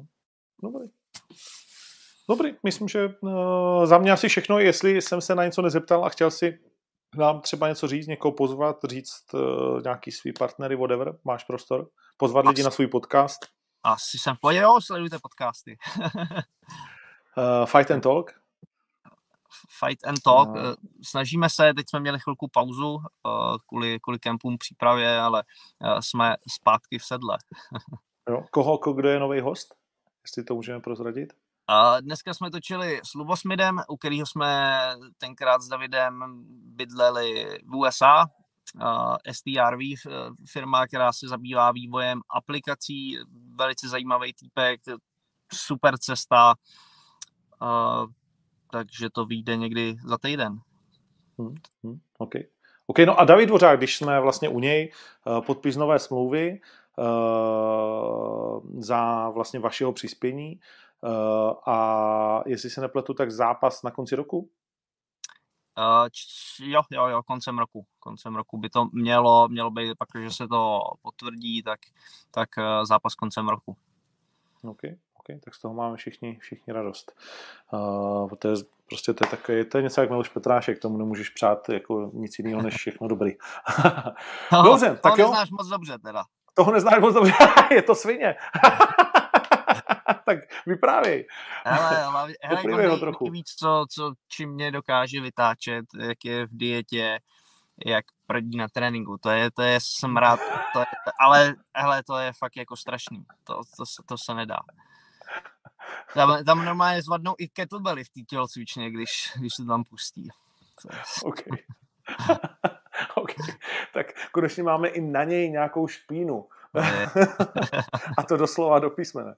Dobrý, myslím, že za mě asi všechno, jestli jsem se na něco nezeptal a chtěl si nám třeba něco říct, někoho pozvat, říct nějaký svý partnery, whatever, máš prostor, pozvat lidi na svůj podcast. Asi jsem v pohodě, sledujte podcasty. Fight and Talk. Fight and Talk. Snažíme se, teď jsme měli chvilku pauzu kvůli kempům přípravě, ale jsme zpátky v sedle. Jo. Kdo je nový host? Jestli to můžeme prozradit? Dneska jsme točili s Lubosmidem, u kterého jsme tenkrát s Davidem bydleli v USA. STRV, firma, která se zabývá vývojem aplikací, velice zajímavý týpek, super cesta, takže to vyjde někdy za týden. OK, no a David Dvořák, když jsme vlastně u něj, podpis nové smlouvy za vlastně vašeho přispění a jestli se nepletu, tak zápas na konci roku? Jo, koncem roku by to mělo být, pak, že se to potvrdí, tak zápas koncem roku. OK, tak z toho máme všichni radost. To je něco jak Miloš Petrášek, tomu nemůžeš přát jako nic jiného než všechno dobrý. Dobře, tak jo. Toho neznáš moc dobře teda. Toho neznáš moc dobře, je to svině. Tak vyprávěj. Hele, víc, čím mě dokáže vytáčet, jak je v dietě, jak prdí na tréninku. To je smrad, ale hele, to je fakt jako strašný. To se nedá. Tam normálně zvadnou i kettlebelly v té tělocvičně, když se tam pustí. OK. Tak konečně máme i na něj nějakou špínu. A to doslova do písmene.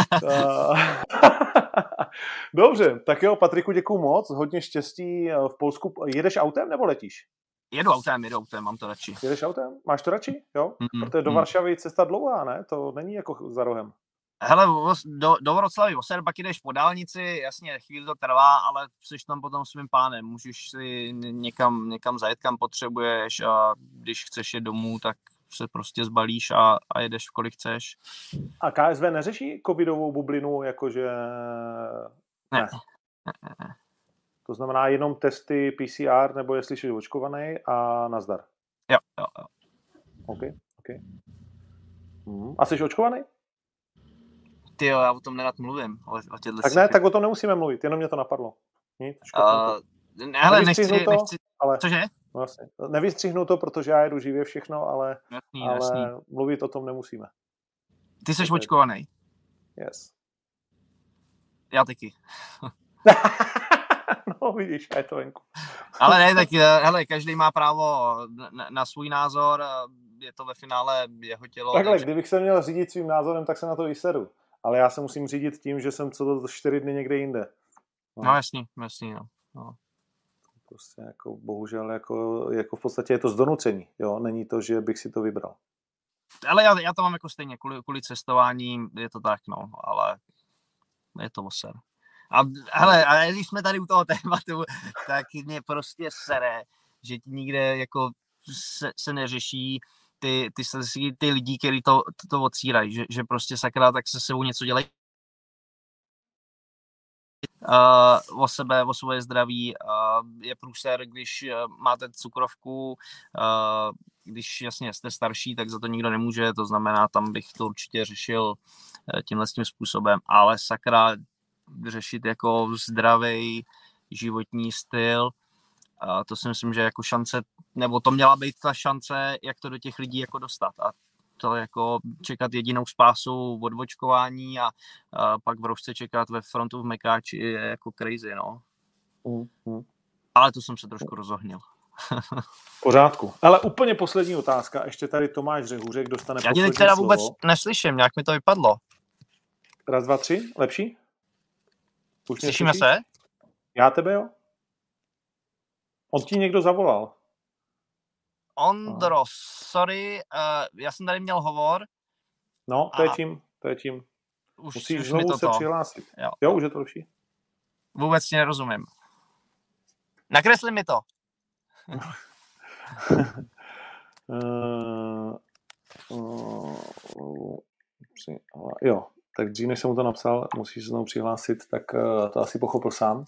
Dobře, tak jo, Patriku, děkuju moc, hodně štěstí v Polsku. Jedeš autem nebo letíš? Jedu autem, mám to radši. Jedeš autem? Máš to radši? Jo? Protože do Varšavy je cesta dlouhá, ne? To není jako za rohem. Hele, do Vroclavy, pak jdeš po dálnici, jasně, chvíli to trvá, ale jsi tam potom svým pánem, můžeš si někam zajet, kam potřebuješ a když chceš jít domů, tak se prostě zbalíš a jedeš kolik chceš. A KSV neřeší covidovou bublinu, jakože... Ne. To znamená jenom testy PCR, nebo jestli jsi očkovaný a nazdar. Jo. OK. A jsi očkovaný? Tyjo, já o tom nerad mluvím. Tak ne, tak o tom nemusíme mluvit, jenom mě to napadlo. Hele, nechci... Ale... Cože? Vlastně. Nevystřihnu to, protože já jedu živě všechno, ale Jasný. mluvit o tom nemusíme. Ty jsi očkovaný? Yes. Já taky. No vidíš, je to venku. Ale ne, tak hele, každý má právo na svůj názor, je to ve finále jeho tělo. Takhle, kdybych se měl řídit svým názorem, tak se na to vysedu. Ale já se musím řídit tím, že jsem co do 4 dny někde jinde. No jasný, no. Prostě jako bohužel jako v podstatě je to z donucení, jo, není to, že bych si to vybral. Ale já to mám jako stejně, kvůli cestování je to tak, no, ale je to oser. A hele, a když jsme tady u toho tématu, tak mě prostě sere, že ti nikde jako se neřeší ty lidi, kteří to odsírají, že prostě sakra, tak se sebou něco dělají o sebe, o svoje zdraví. Je průser, když máte cukrovku, když jasně jste starší, tak za to nikdo nemůže, to znamená, tam bych to určitě řešil tímhle tím způsobem, ale sakra řešit jako zdravý životní styl, to si myslím, že jako šance, nebo to měla být ta šance, jak to do těch lidí jako dostat. A to jako čekat jedinou spásu od očkování a pak v rožce čekat ve frontu v Mekáči je jako crazy, no. Ale to jsem se trošku rozohnil. Pořádku. Ale úplně poslední otázka. Ještě tady Tomáš Řehuřek dostane poslední slovo. Já tě teda vůbec neslyším, jak mi to vypadlo. 1, 2, 3, lepší? Už slyšíme se? Já tebe, jo? On ti někdo zavolal. Ondro, sorry, já jsem tady měl hovor. No, to je tím. Musíš znovu se přihlásit. Jo, už je to lepší. Vůbec si nerozumím. Nakresli mi to. Jo, tak dřív, než jsem mu to napsal, musíš se znovu přihlásit, tak to asi pochopil sám.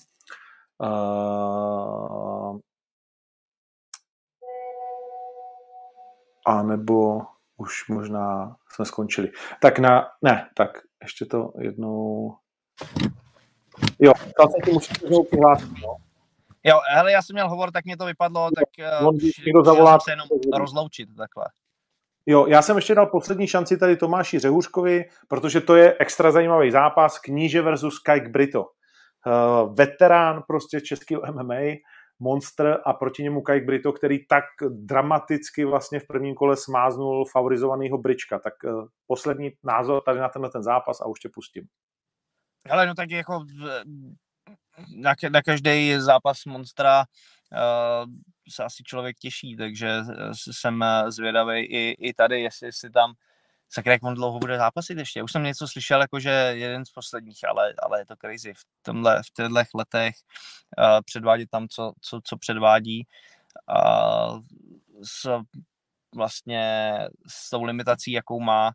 A nebo už možná jsme skončili. Tak tak ještě to jednou... Jo, tam se ti musíš znovu přihlásit, no. Jo, hele, já jsem měl hovor, tak mě to vypadlo, tak někdo zavolá, se jenom rozloučit takhle. Jo, já jsem ještě dal poslední šanci tady Tomáši Řehuřkovi, protože to je extra zajímavý zápas, Kníže versus Kajk Brito. Veterán prostě českého MMA, monster a proti němu Kajk Brito, který tak dramaticky vlastně v prvním kole smáznul favorizovanýho Bryčka. Tak poslední názor tady na tenhle ten zápas a už tě pustím. Hele, no tak jako na každý zápas monstra se asi člověk těší, takže jsem zvědavý i tady, jestli si tam sakra, jak on dlouho bude zápasit ještě. Už jsem něco slyšel, jakože jeden z posledních, ale je to crazy. V těchto letech předvádět tam, co předvádí s tou limitací, jakou má.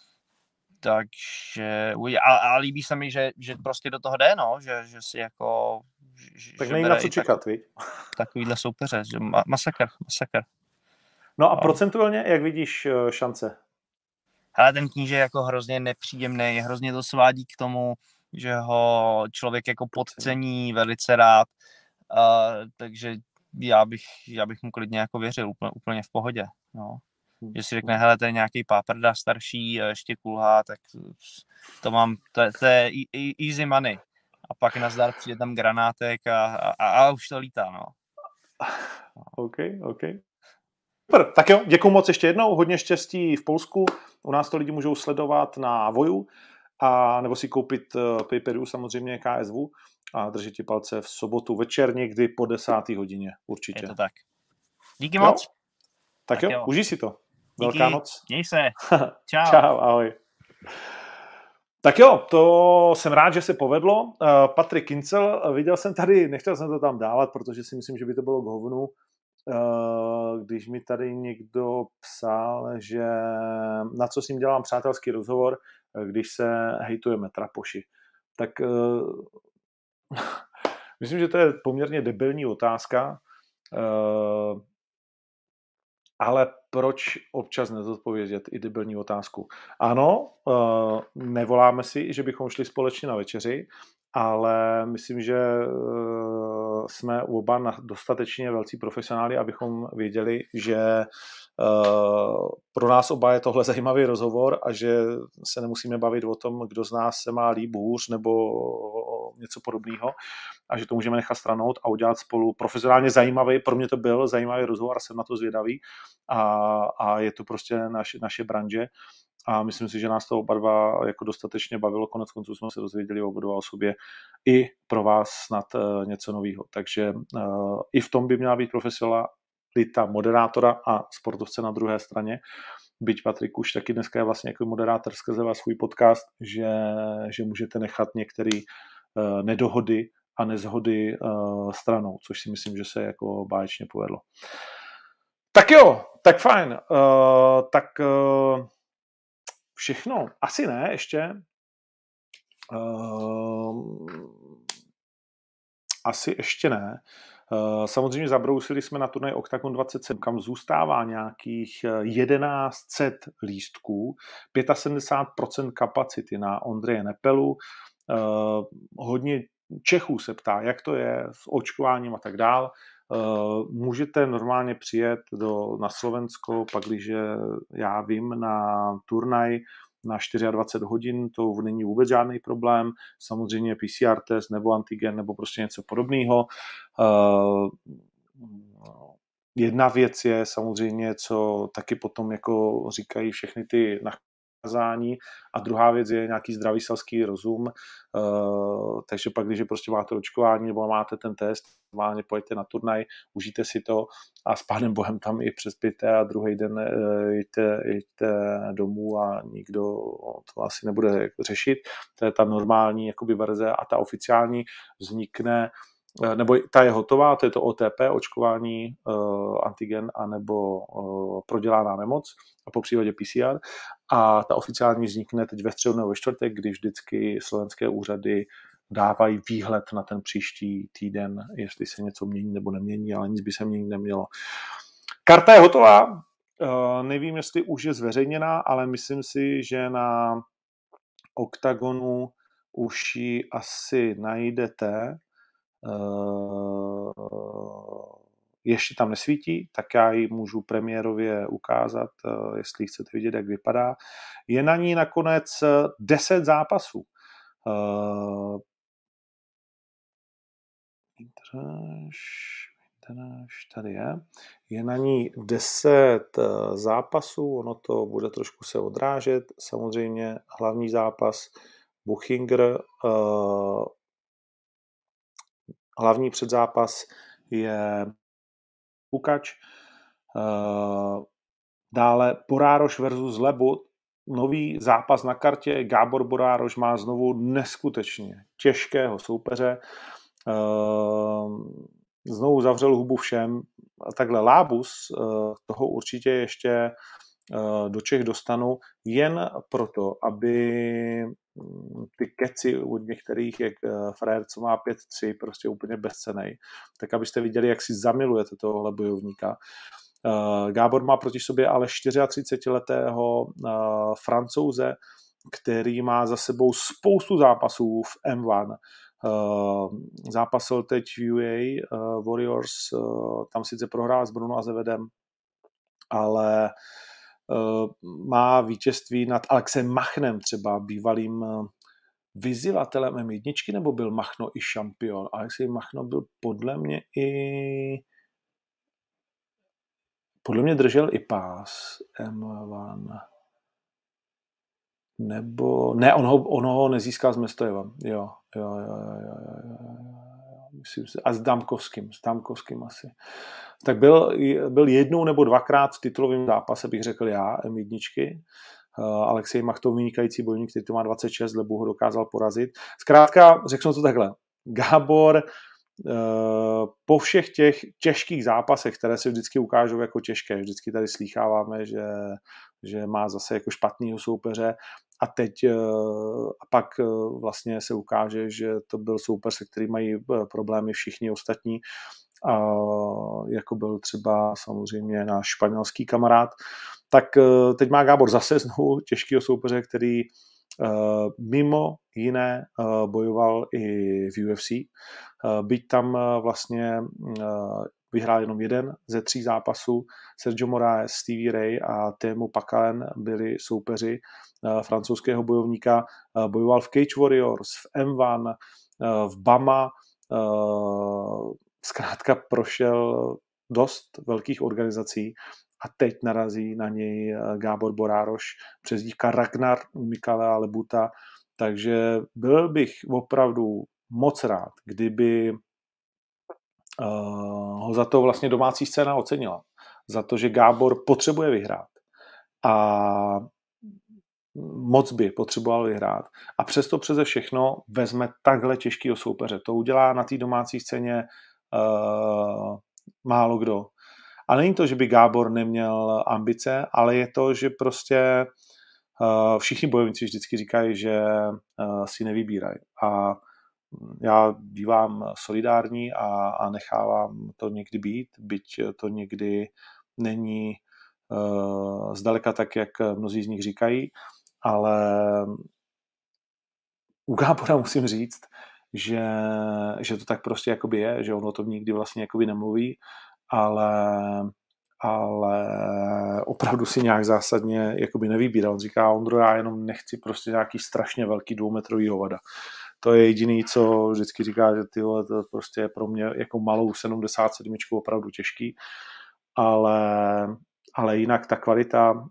Takže a líbí se mi, že prostě do toho jde, no, že si jako... Tak nejde na co čekat, viď? Takovýhle soupeře, že masakr. No a procentuálně, jak vidíš šance? Ale ten Kníže je jako hrozně nepříjemný, hrozně to svádí k tomu, že ho člověk jako podcení velice rád, takže já bych mu klidně jako věřil, úplně v pohodě, no. Že si řekne, hele, to je nějaký páprda starší, ještě kulhá, tak to je easy money. A pak nazdar přijde tam granátek a už to lítá, no. OK. Super, tak jo, děkuju moc ještě jednou, hodně štěstí v Polsku, u nás to lidi můžou sledovat na Voju, a nebo si koupit pay-per-view samozřejmě KSV a držet ti palce v sobotu večer někdy po 10. hodině, určitě. Je to tak. Díky moc. Tak jo, užij si to. Díky. Velká noc. Měj se. Čau. Čau, ahoj. Tak jo, to jsem rád, že se povedlo. Patrik Kincel, viděl jsem tady, nechtěl jsem to tam dávat, protože si myslím, že by to bylo k hovnu, když mi tady někdo psal, že na co s ním dělám přátelský rozhovor, když se hejtujeme trapoši. Tak myslím, že to je poměrně debilní otázka, ale proč občas nezodpovědět i debilní otázku? Ano, nevoláme si, že bychom šli společně na večeři, ale myslím, že jsme oba dostatečně velcí profesionáli, abychom věděli, že pro nás oba je tohle zajímavý rozhovor a že se nemusíme bavit o tom, kdo z nás se má líp hůř nebo něco podobného a že to můžeme nechat stranout a udělat spolu profesionálně zajímavý, pro mě to byl zajímavý rozhovor a jsem na to zvědavý a je to prostě naše branže a myslím si, že nás to oba dva jako dostatečně bavilo, konec konců jsme se dozvěděli oba dva o sobě i pro vás snad něco nového, takže i v tom by měla být profesionalita moderátora a sportovce na druhé straně, byť Patrik už taky dneska je vlastně jako moderátor skrze vás svůj podcast, že můžete nechat některé nedohody a nezhody stranou, což si myslím, že se jako báječně povedlo. Tak jo, tak fajn. Tak všechno. Asi ne ještě. Asi ještě ne. Samozřejmě zabrousili jsme na turnaj Octagon 27, kam zůstává nějakých 1100 lístků, 75% kapacity na Ondřeje Nepelu. Hodně Čechů se ptá, jak to je s očkováním a tak dál. Můžete normálně přijet na Slovensko, pak když já vím, na turnaj na 24 hodin, to není vůbec žádný problém. Samozřejmě PCR test nebo antigen nebo prostě něco podobného. Jedna věc je samozřejmě, co taky potom jako říkají všechny ty nacházání a druhá věc je nějaký zdravý selský rozum. Takže pak, když prostě máte očkování nebo máte ten test, normálně pojďte na turnaj, užijte si to a s Pánem Bohem tam i přespějte a druhý den jeďte domů a nikdo to asi nebude řešit. To je ta normální jakoby verze a ta oficiální vznikne, nebo ta je hotová, to je to OTP, očkování, antigen anebo prodělaná nemoc a po případě PCR. A ta oficiální vznikne teď ve středu nebo ve čtvrtek, kdy vždycky slovenské úřady dávají výhled na ten příští týden, jestli se něco mění nebo nemění, ale nic by se měnit nemělo. Karta je hotová, nevím, jestli už je zveřejněná, ale myslím si, že na Octagonu už ji asi najdete. Ještě tam nesvítí, tak já ji můžu premiérově ukázat, jestli chcete vidět, jak vypadá. Je na ní nakonec 10 zápasů. Tady je na ní 10 zápasů, ono to bude trošku se odrážet. Samozřejmě hlavní zápas Buchinger, hlavní předzápas je Pukač, dále Borároš versus Lebut, nový zápas na kartě, Gábor Borároš má znovu neskutečně těžkého soupeře, znovu zavřel hubu všem, takhle Lábus, toho určitě ještě do Čech dostanu, jen proto, aby ty keci od některých, jak frajer, co má 5-3, prostě úplně bezcennej, tak abyste viděli, jak si zamilujete tohohle bojovníka. Gábor má proti sobě ale 34letého Francouze, který má za sebou spoustu zápasů v M1. Zápasil teď v UA Warriors, tam sice prohrál s Bruno Azevedem, ale má vítězství nad Alexem Machnem, třeba bývalým vyzývatelem M1, nebo byl Machno i šampion? Alexej Machno byl podle mě držel i pás M1. Nebo, ne, on ho nezískal s Mestojevem. Jo. Myslím si, a s Damkovským asi. Tak byl jednou nebo dvakrát v titulovém zápase, bych řekl já, M1. Alexej Mach, to vynikající bojovník, který to má 26, Lebu ho dokázal porazit. Zkrátka, řeknu to takhle. Gábor po všech těch těžkých zápasech, které se vždycky ukážou jako těžké, vždycky tady slýcháváme, že má zase jako špatného soupeře a teď a pak vlastně se ukáže, že to byl soupeř, se kterým mají problémy všichni ostatní, jako byl třeba samozřejmě náš španělský kamarád, tak teď má Gábor zase znovu těžkého soupeře, který mimo jiné bojoval i v UFC. Byť tam vlastně vyhrál jenom jeden ze 3 zápasů. Sergio Moraes, Stevie Ray a Teemu Pacalen byli soupeři francouzského bojovníka. Bojoval v Cage Warriors, v M1, v BAMA. Zkrátka prošel dost velkých organizací a teď narazí na něj Gábor Borároš, přezdívka Ragnar u Mikala Lebuta, takže byl bych opravdu moc rád, kdyby ho za to vlastně domácí scéna ocenila. Za to, že Gábor potřebuje vyhrát a moc by potřeboval vyhrát. A přesto přeze všechno vezme takhle těžkýho soupeře. To udělá na té domácí scéně málo kdo. A není to, že by Gábor neměl ambice, ale je to, že prostě všichni bojovníci vždycky říkají, že si nevybírají. A já bývám solidární a nechávám to někdy být, byť to někdy není zdaleka tak, jak mnozí z nich říkají, ale u Gábora musím říct, že to tak prostě jakoby je, že on o tom nikdy vlastně jakoby nemluví, ale opravdu si nějak zásadně jakoby nevybírá. On říká, Ondro, já jenom nechci prostě nějaký strašně velký 2metrový hovada. To je jediný, co vždycky říká, že tyhle to prostě je pro mě jako malou 77 opravdu těžký, ale jinak ta kvalita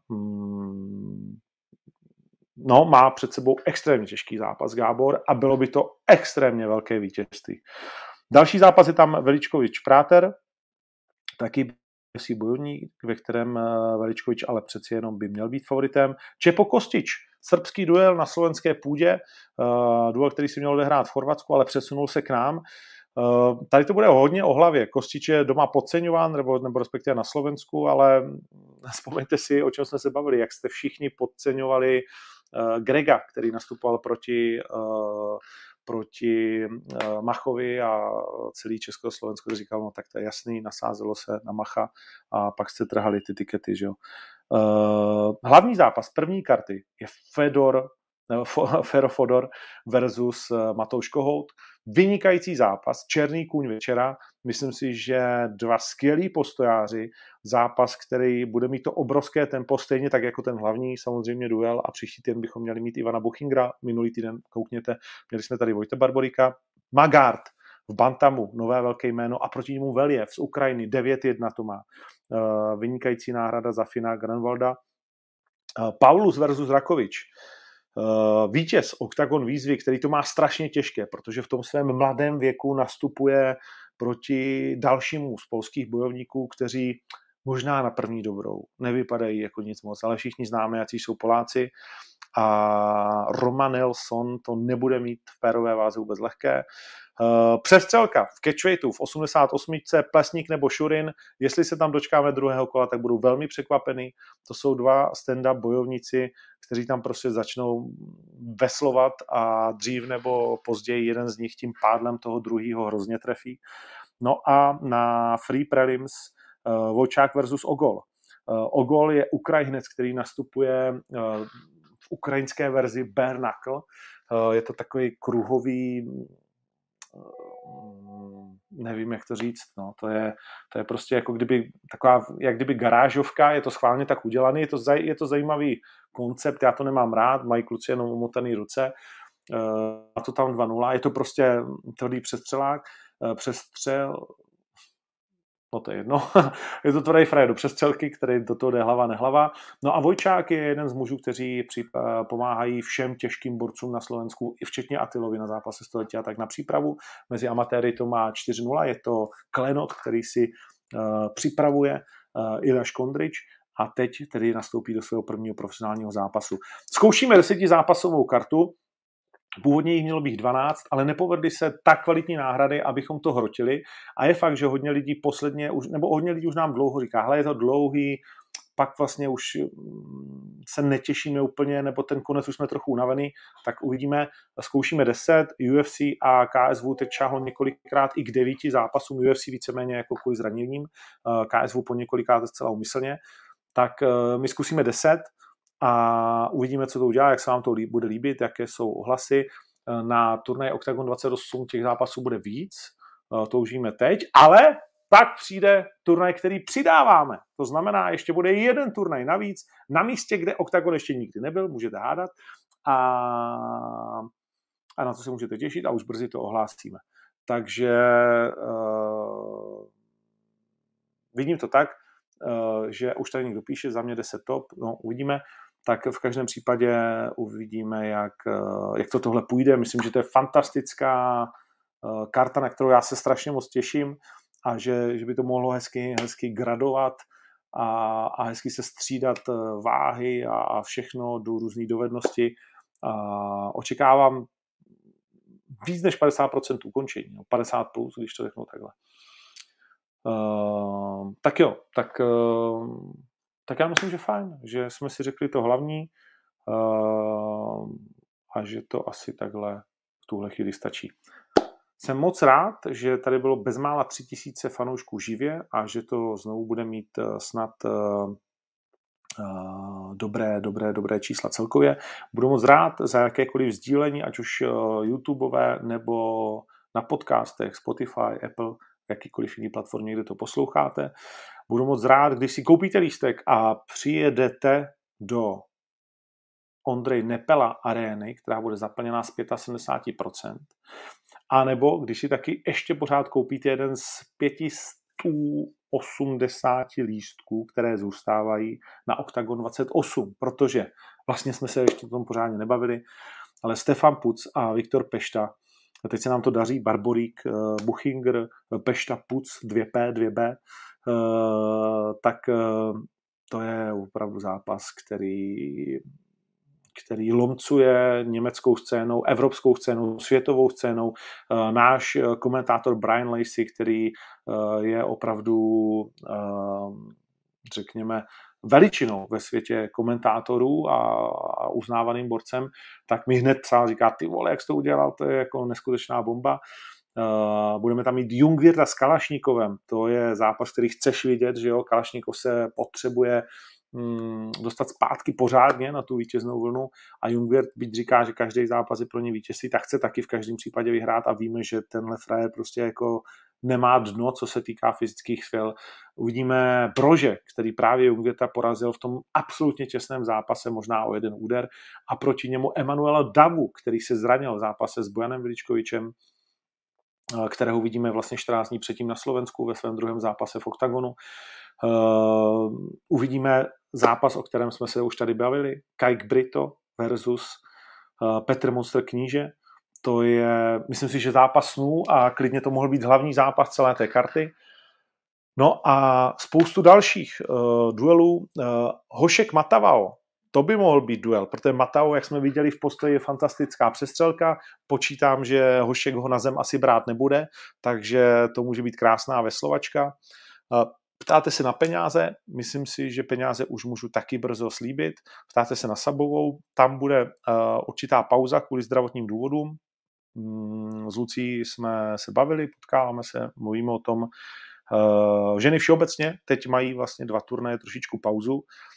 má před sebou extrémně těžký zápas Gábor a bylo by to extrémně velké vítězství. Další zápas je tam Veličkovič Práter, taky bojovník, ve kterém Veličkovič ale přeci jenom by měl být favoritem. Čepo Kostič, srbský duel na slovenské půdě, duel, který si měl odehrát v Chorvatsku, ale přesunul se k nám. Tady to bude hodně o hlavě. Kostič je doma podceňován, nebo respektive na Slovensku, ale vzpomeňte si, o čem jsme se bavili, jak jste všichni podceňovali Grega, který nastupoval proti Machovi a celý Československo říkal, no tak to je jasný, nasázelo se na Macha a pak jste trhali ty tikety, že jo. Hlavní zápas první karty je Fero Fodor versus Matouš Kohout. Vynikající zápas, černý kůň večera. Myslím si, že 2 skvělí postojáři, zápas, který bude mít to obrovské tempo, stejně tak jako ten hlavní samozřejmě duel a příští týden bychom měli mít Ivana Buchingra, minulý týden, koukněte, měli jsme tady Vojta Barborika, Magard v Bantamu, nové velké jméno a proti němu Veljev z Ukrajiny, 9-1 to má. Vynikající náhrada za Fina Granvalda. Paulus versus Rakovič. Vítěz Octagon výzvy, který to má strašně těžké, protože v tom svém mladém věku nastupuje proti dalšímu z polských bojovníků, kteří možná na první dobrou nevypadají jako nic moc, ale všichni známe, jaký jsou Poláci a Roman Nelson to nebude mít v pérové váze vůbec lehké. Přestřelka v catchweightu v 88. Plesník nebo Šurin, jestli se tam dočkáme druhého kola, tak budou velmi překvapený. To jsou 2 stand-up bojovníci, kteří tam prostě začnou veslovat a dřív nebo později jeden z nich tím pádlem toho druhého hrozně trefí. No a na free prelims Vojčák versus Ogol. Ogol je Ukrajinec, který nastupuje v ukrajinské verzi bare knuckle. Je to takový kruhový, nevím, jak to říct, no, to je prostě jako kdyby taková, jak kdyby garážovka, je to schválně tak udělaný, je to zajímavý koncept, já to nemám rád, mají kluci jenom umotaný ruce, a to tam 2-0, je to prostě tvrdý přestřel, no to je jedno, je to tvrdý frajer do přestřelky, který do toho jde hlava nehlava. No a Vojčák je jeden z mužů, kteří pomáhají všem těžkým borcům na Slovensku, i včetně Atilovi na zápase století a tak na přípravu. Mezi amatéry to má 4-0, je to klenot, který si připravuje Ilja Škondrič a teď tedy nastoupí do svého prvního profesionálního zápasu. Zkoušíme 10zápasovou kartu. Původně jich mělo být 12, ale nepovedly se tak kvalitní náhrady, abychom to hrotili. A je fakt, že hodně lidí hodně lidí už nám dlouho říká, hele, je to dlouhý, pak vlastně už se netěšíme úplně, nebo ten konec už jsme trochu unavený, tak uvidíme, zkoušíme 10, UFC a KSV teď šáhlo několikrát i k 9 zápasům, UFC víceméně jako kvůli zraněním, KSV po několikrát zcela úmyslně, tak my zkusíme 10 a uvidíme, co to udělá, jak se vám to bude líbit, jaké jsou ohlasy. Na turnaji Octagon 28 těch zápasů bude víc, to už víme teď, ale pak přijde turnaj, který přidáváme. To znamená, ještě bude jeden turnaj navíc na místě, kde Octagon ještě nikdy nebyl, můžete hádat. A na to se můžete těšit a už brzy to ohlásíme. Takže vidím to tak, že už tady někdo píše, za mě 10 top, no uvidíme. Tak v každém případě uvidíme, jak to tohle půjde. Myslím, že to je fantastická karta, na kterou já se strašně moc těším a že by to mohlo hezky gradovat a hezky se střídat váhy a všechno do různých dovedností. Očekávám víc než 50% ukončení, 50+, když to řeknu takhle. Tak jo, tak já myslím, že fajn, že jsme si řekli to hlavní a že to asi takhle v tuhle chvíli stačí. Jsem moc rád, že tady bylo bezmála 3000 fanoušků živě a že to znovu bude mít snad dobré čísla celkově. Budu moc rád za jakékoliv sdílení, ať už YouTubeové nebo na podcastech, Spotify, Apple, jakýkoliv jiný platformě, kde to posloucháte. Budu moc rád, když si koupíte lístek a přijedete do Ondrej Nepela arény, která bude zaplněná z 75%. A nebo když si taky ještě pořád koupíte jeden z 580 lístků, které zůstávají na Octagon 28, protože vlastně jsme se ještě o tom pořádně nebavili, ale Stefan Puc a Viktor Pešta, teď se nám to daří, Barborík, Buchinger, Pešta, Puc, 2P, 2B, tak to je opravdu zápas, který lomcuje německou scénou, evropskou scénou, světovou scénou. Náš komentátor Brian Lacey, který je opravdu, řekněme, veličinou ve světě komentátorů a uznávaným borcem, tak mi hned psal, říká, ty vole, jak jsi to udělal, to je jako neskutečná bomba. Budeme tam mít Jungwirta s Kalašníkovem, to je zápas, který chceš vidět, že jo, Kalašníkov se potřebuje dostat zpátky pořádně na tu vítěznou vlnu a Jungwirth, byť říká, že každý zápas je pro ně vítězství, tak chce taky v každém případě vyhrát a víme, že tenhle frajer prostě jako nemá dno, co se týká fyzických sil. Uvidíme Brože, který právě Jungwirtha porazil v tom absolutně těsném zápase, možná o jeden úder, a proti němu Emanuela Davu, který se zranil v zápase s Bojanem Viličkovičem, kterého vidíme vlastně 14 dní předtím na Slovensku ve svém druhém zápase v Octagonu. Uvidíme zápas, o kterém jsme se už tady bavili, Kajk Brito versus Petr Monster Kníže. To je, myslím si, že zápas snů a klidně to mohl být hlavní zápas celé té karty. No a spoustu dalších duelů. Hošek Matavao, to by mohl být duel, protože Matao, jak jsme viděli v postoji, je fantastická přestřelka. Počítám, že Hošek ho na zem asi brát nebude, takže to může být krásná veslovačka. Ptáte se na peníze, myslím si, že peníze už můžu taky brzo slíbit. Ptáte se na Sabovou, tam bude určitá pauza kvůli zdravotním důvodům. S Lucí jsme se bavili, potkáváme se, mluvíme o tom. Ženy všeobecně teď mají vlastně 2 turnaje trošičku pauzu,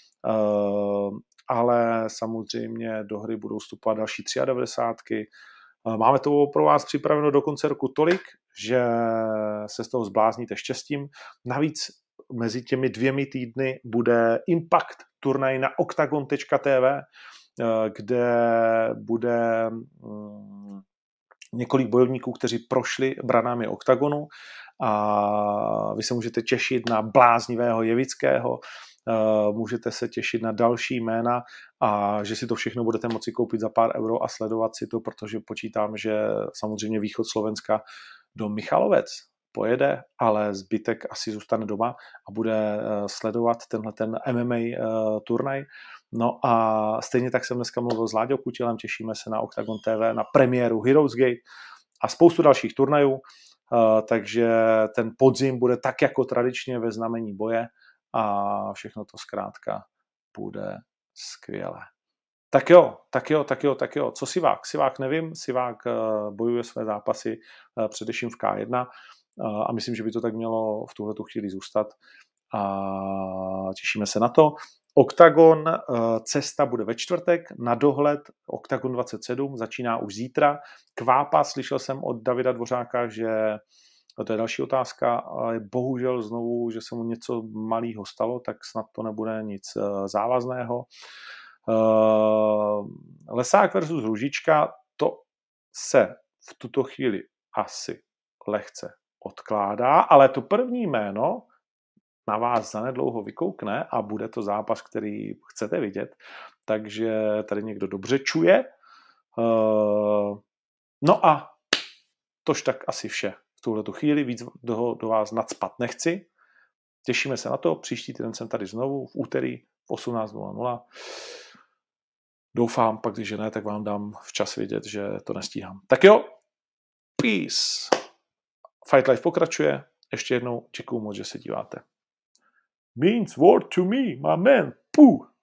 ale samozřejmě do hry budou vstupovat další 93. Máme to pro vás připraveno do konce roku tolik, že se z toho zblázníte štěstím. Navíc mezi těmi 2 týdny bude Impact turnaj na octagon.tv, kde bude několik bojovníků, kteří prošli branami Octagonu a vy se můžete těšit na bláznivého Jevického, můžete se těšit na další jména a že si to všechno budete moci koupit za pár euro a sledovat si to, protože počítám, že samozřejmě východ Slovenska do Michalovec pojede, ale zbytek asi zůstane doma a bude sledovat ten MMA turnaj. No a stejně tak jsem dneska mluvil s Láďou Kutilem, těšíme se na Octagon TV, na premiéru Heroes Gate a spoustu dalších turnajů, takže ten podzim bude tak jako tradičně ve znamení boje a všechno to zkrátka bude skvělé. Tak jo. Co Sivák? Sivák nevím, Sivák bojuje své zápasy především v K1 a myslím, že by to tak mělo v tuhletu chvíli zůstat a těšíme se na to. Octagon cesta bude ve čtvrtek, na dohled Octagon 27 začíná už zítra. Kvápa, slyšel jsem od Davida Dvořáka, že to je další otázka, ale bohužel znovu, že se mu něco malého stalo, tak snad to nebude nic závazného. Lesák versus Růžička, to se v tuto chvíli asi lehce odkládá, ale to první jméno na vás zanedlouho vykoukne a bude to zápas, který chcete vidět, takže tady někdo dobře čuje. No a tož tak asi vše v tuhletu chvíli, víc do vás nacpat nechci. Těšíme se na to, příští týden jsem tady znovu v úterý v 18:00. Doufám, pak když ne, tak vám dám včas vědět, že to nestíhám. Tak jo, peace. Fight Life pokračuje. Ještě jednou děkuju moc, že se díváte. Means war to me, my man. Puh.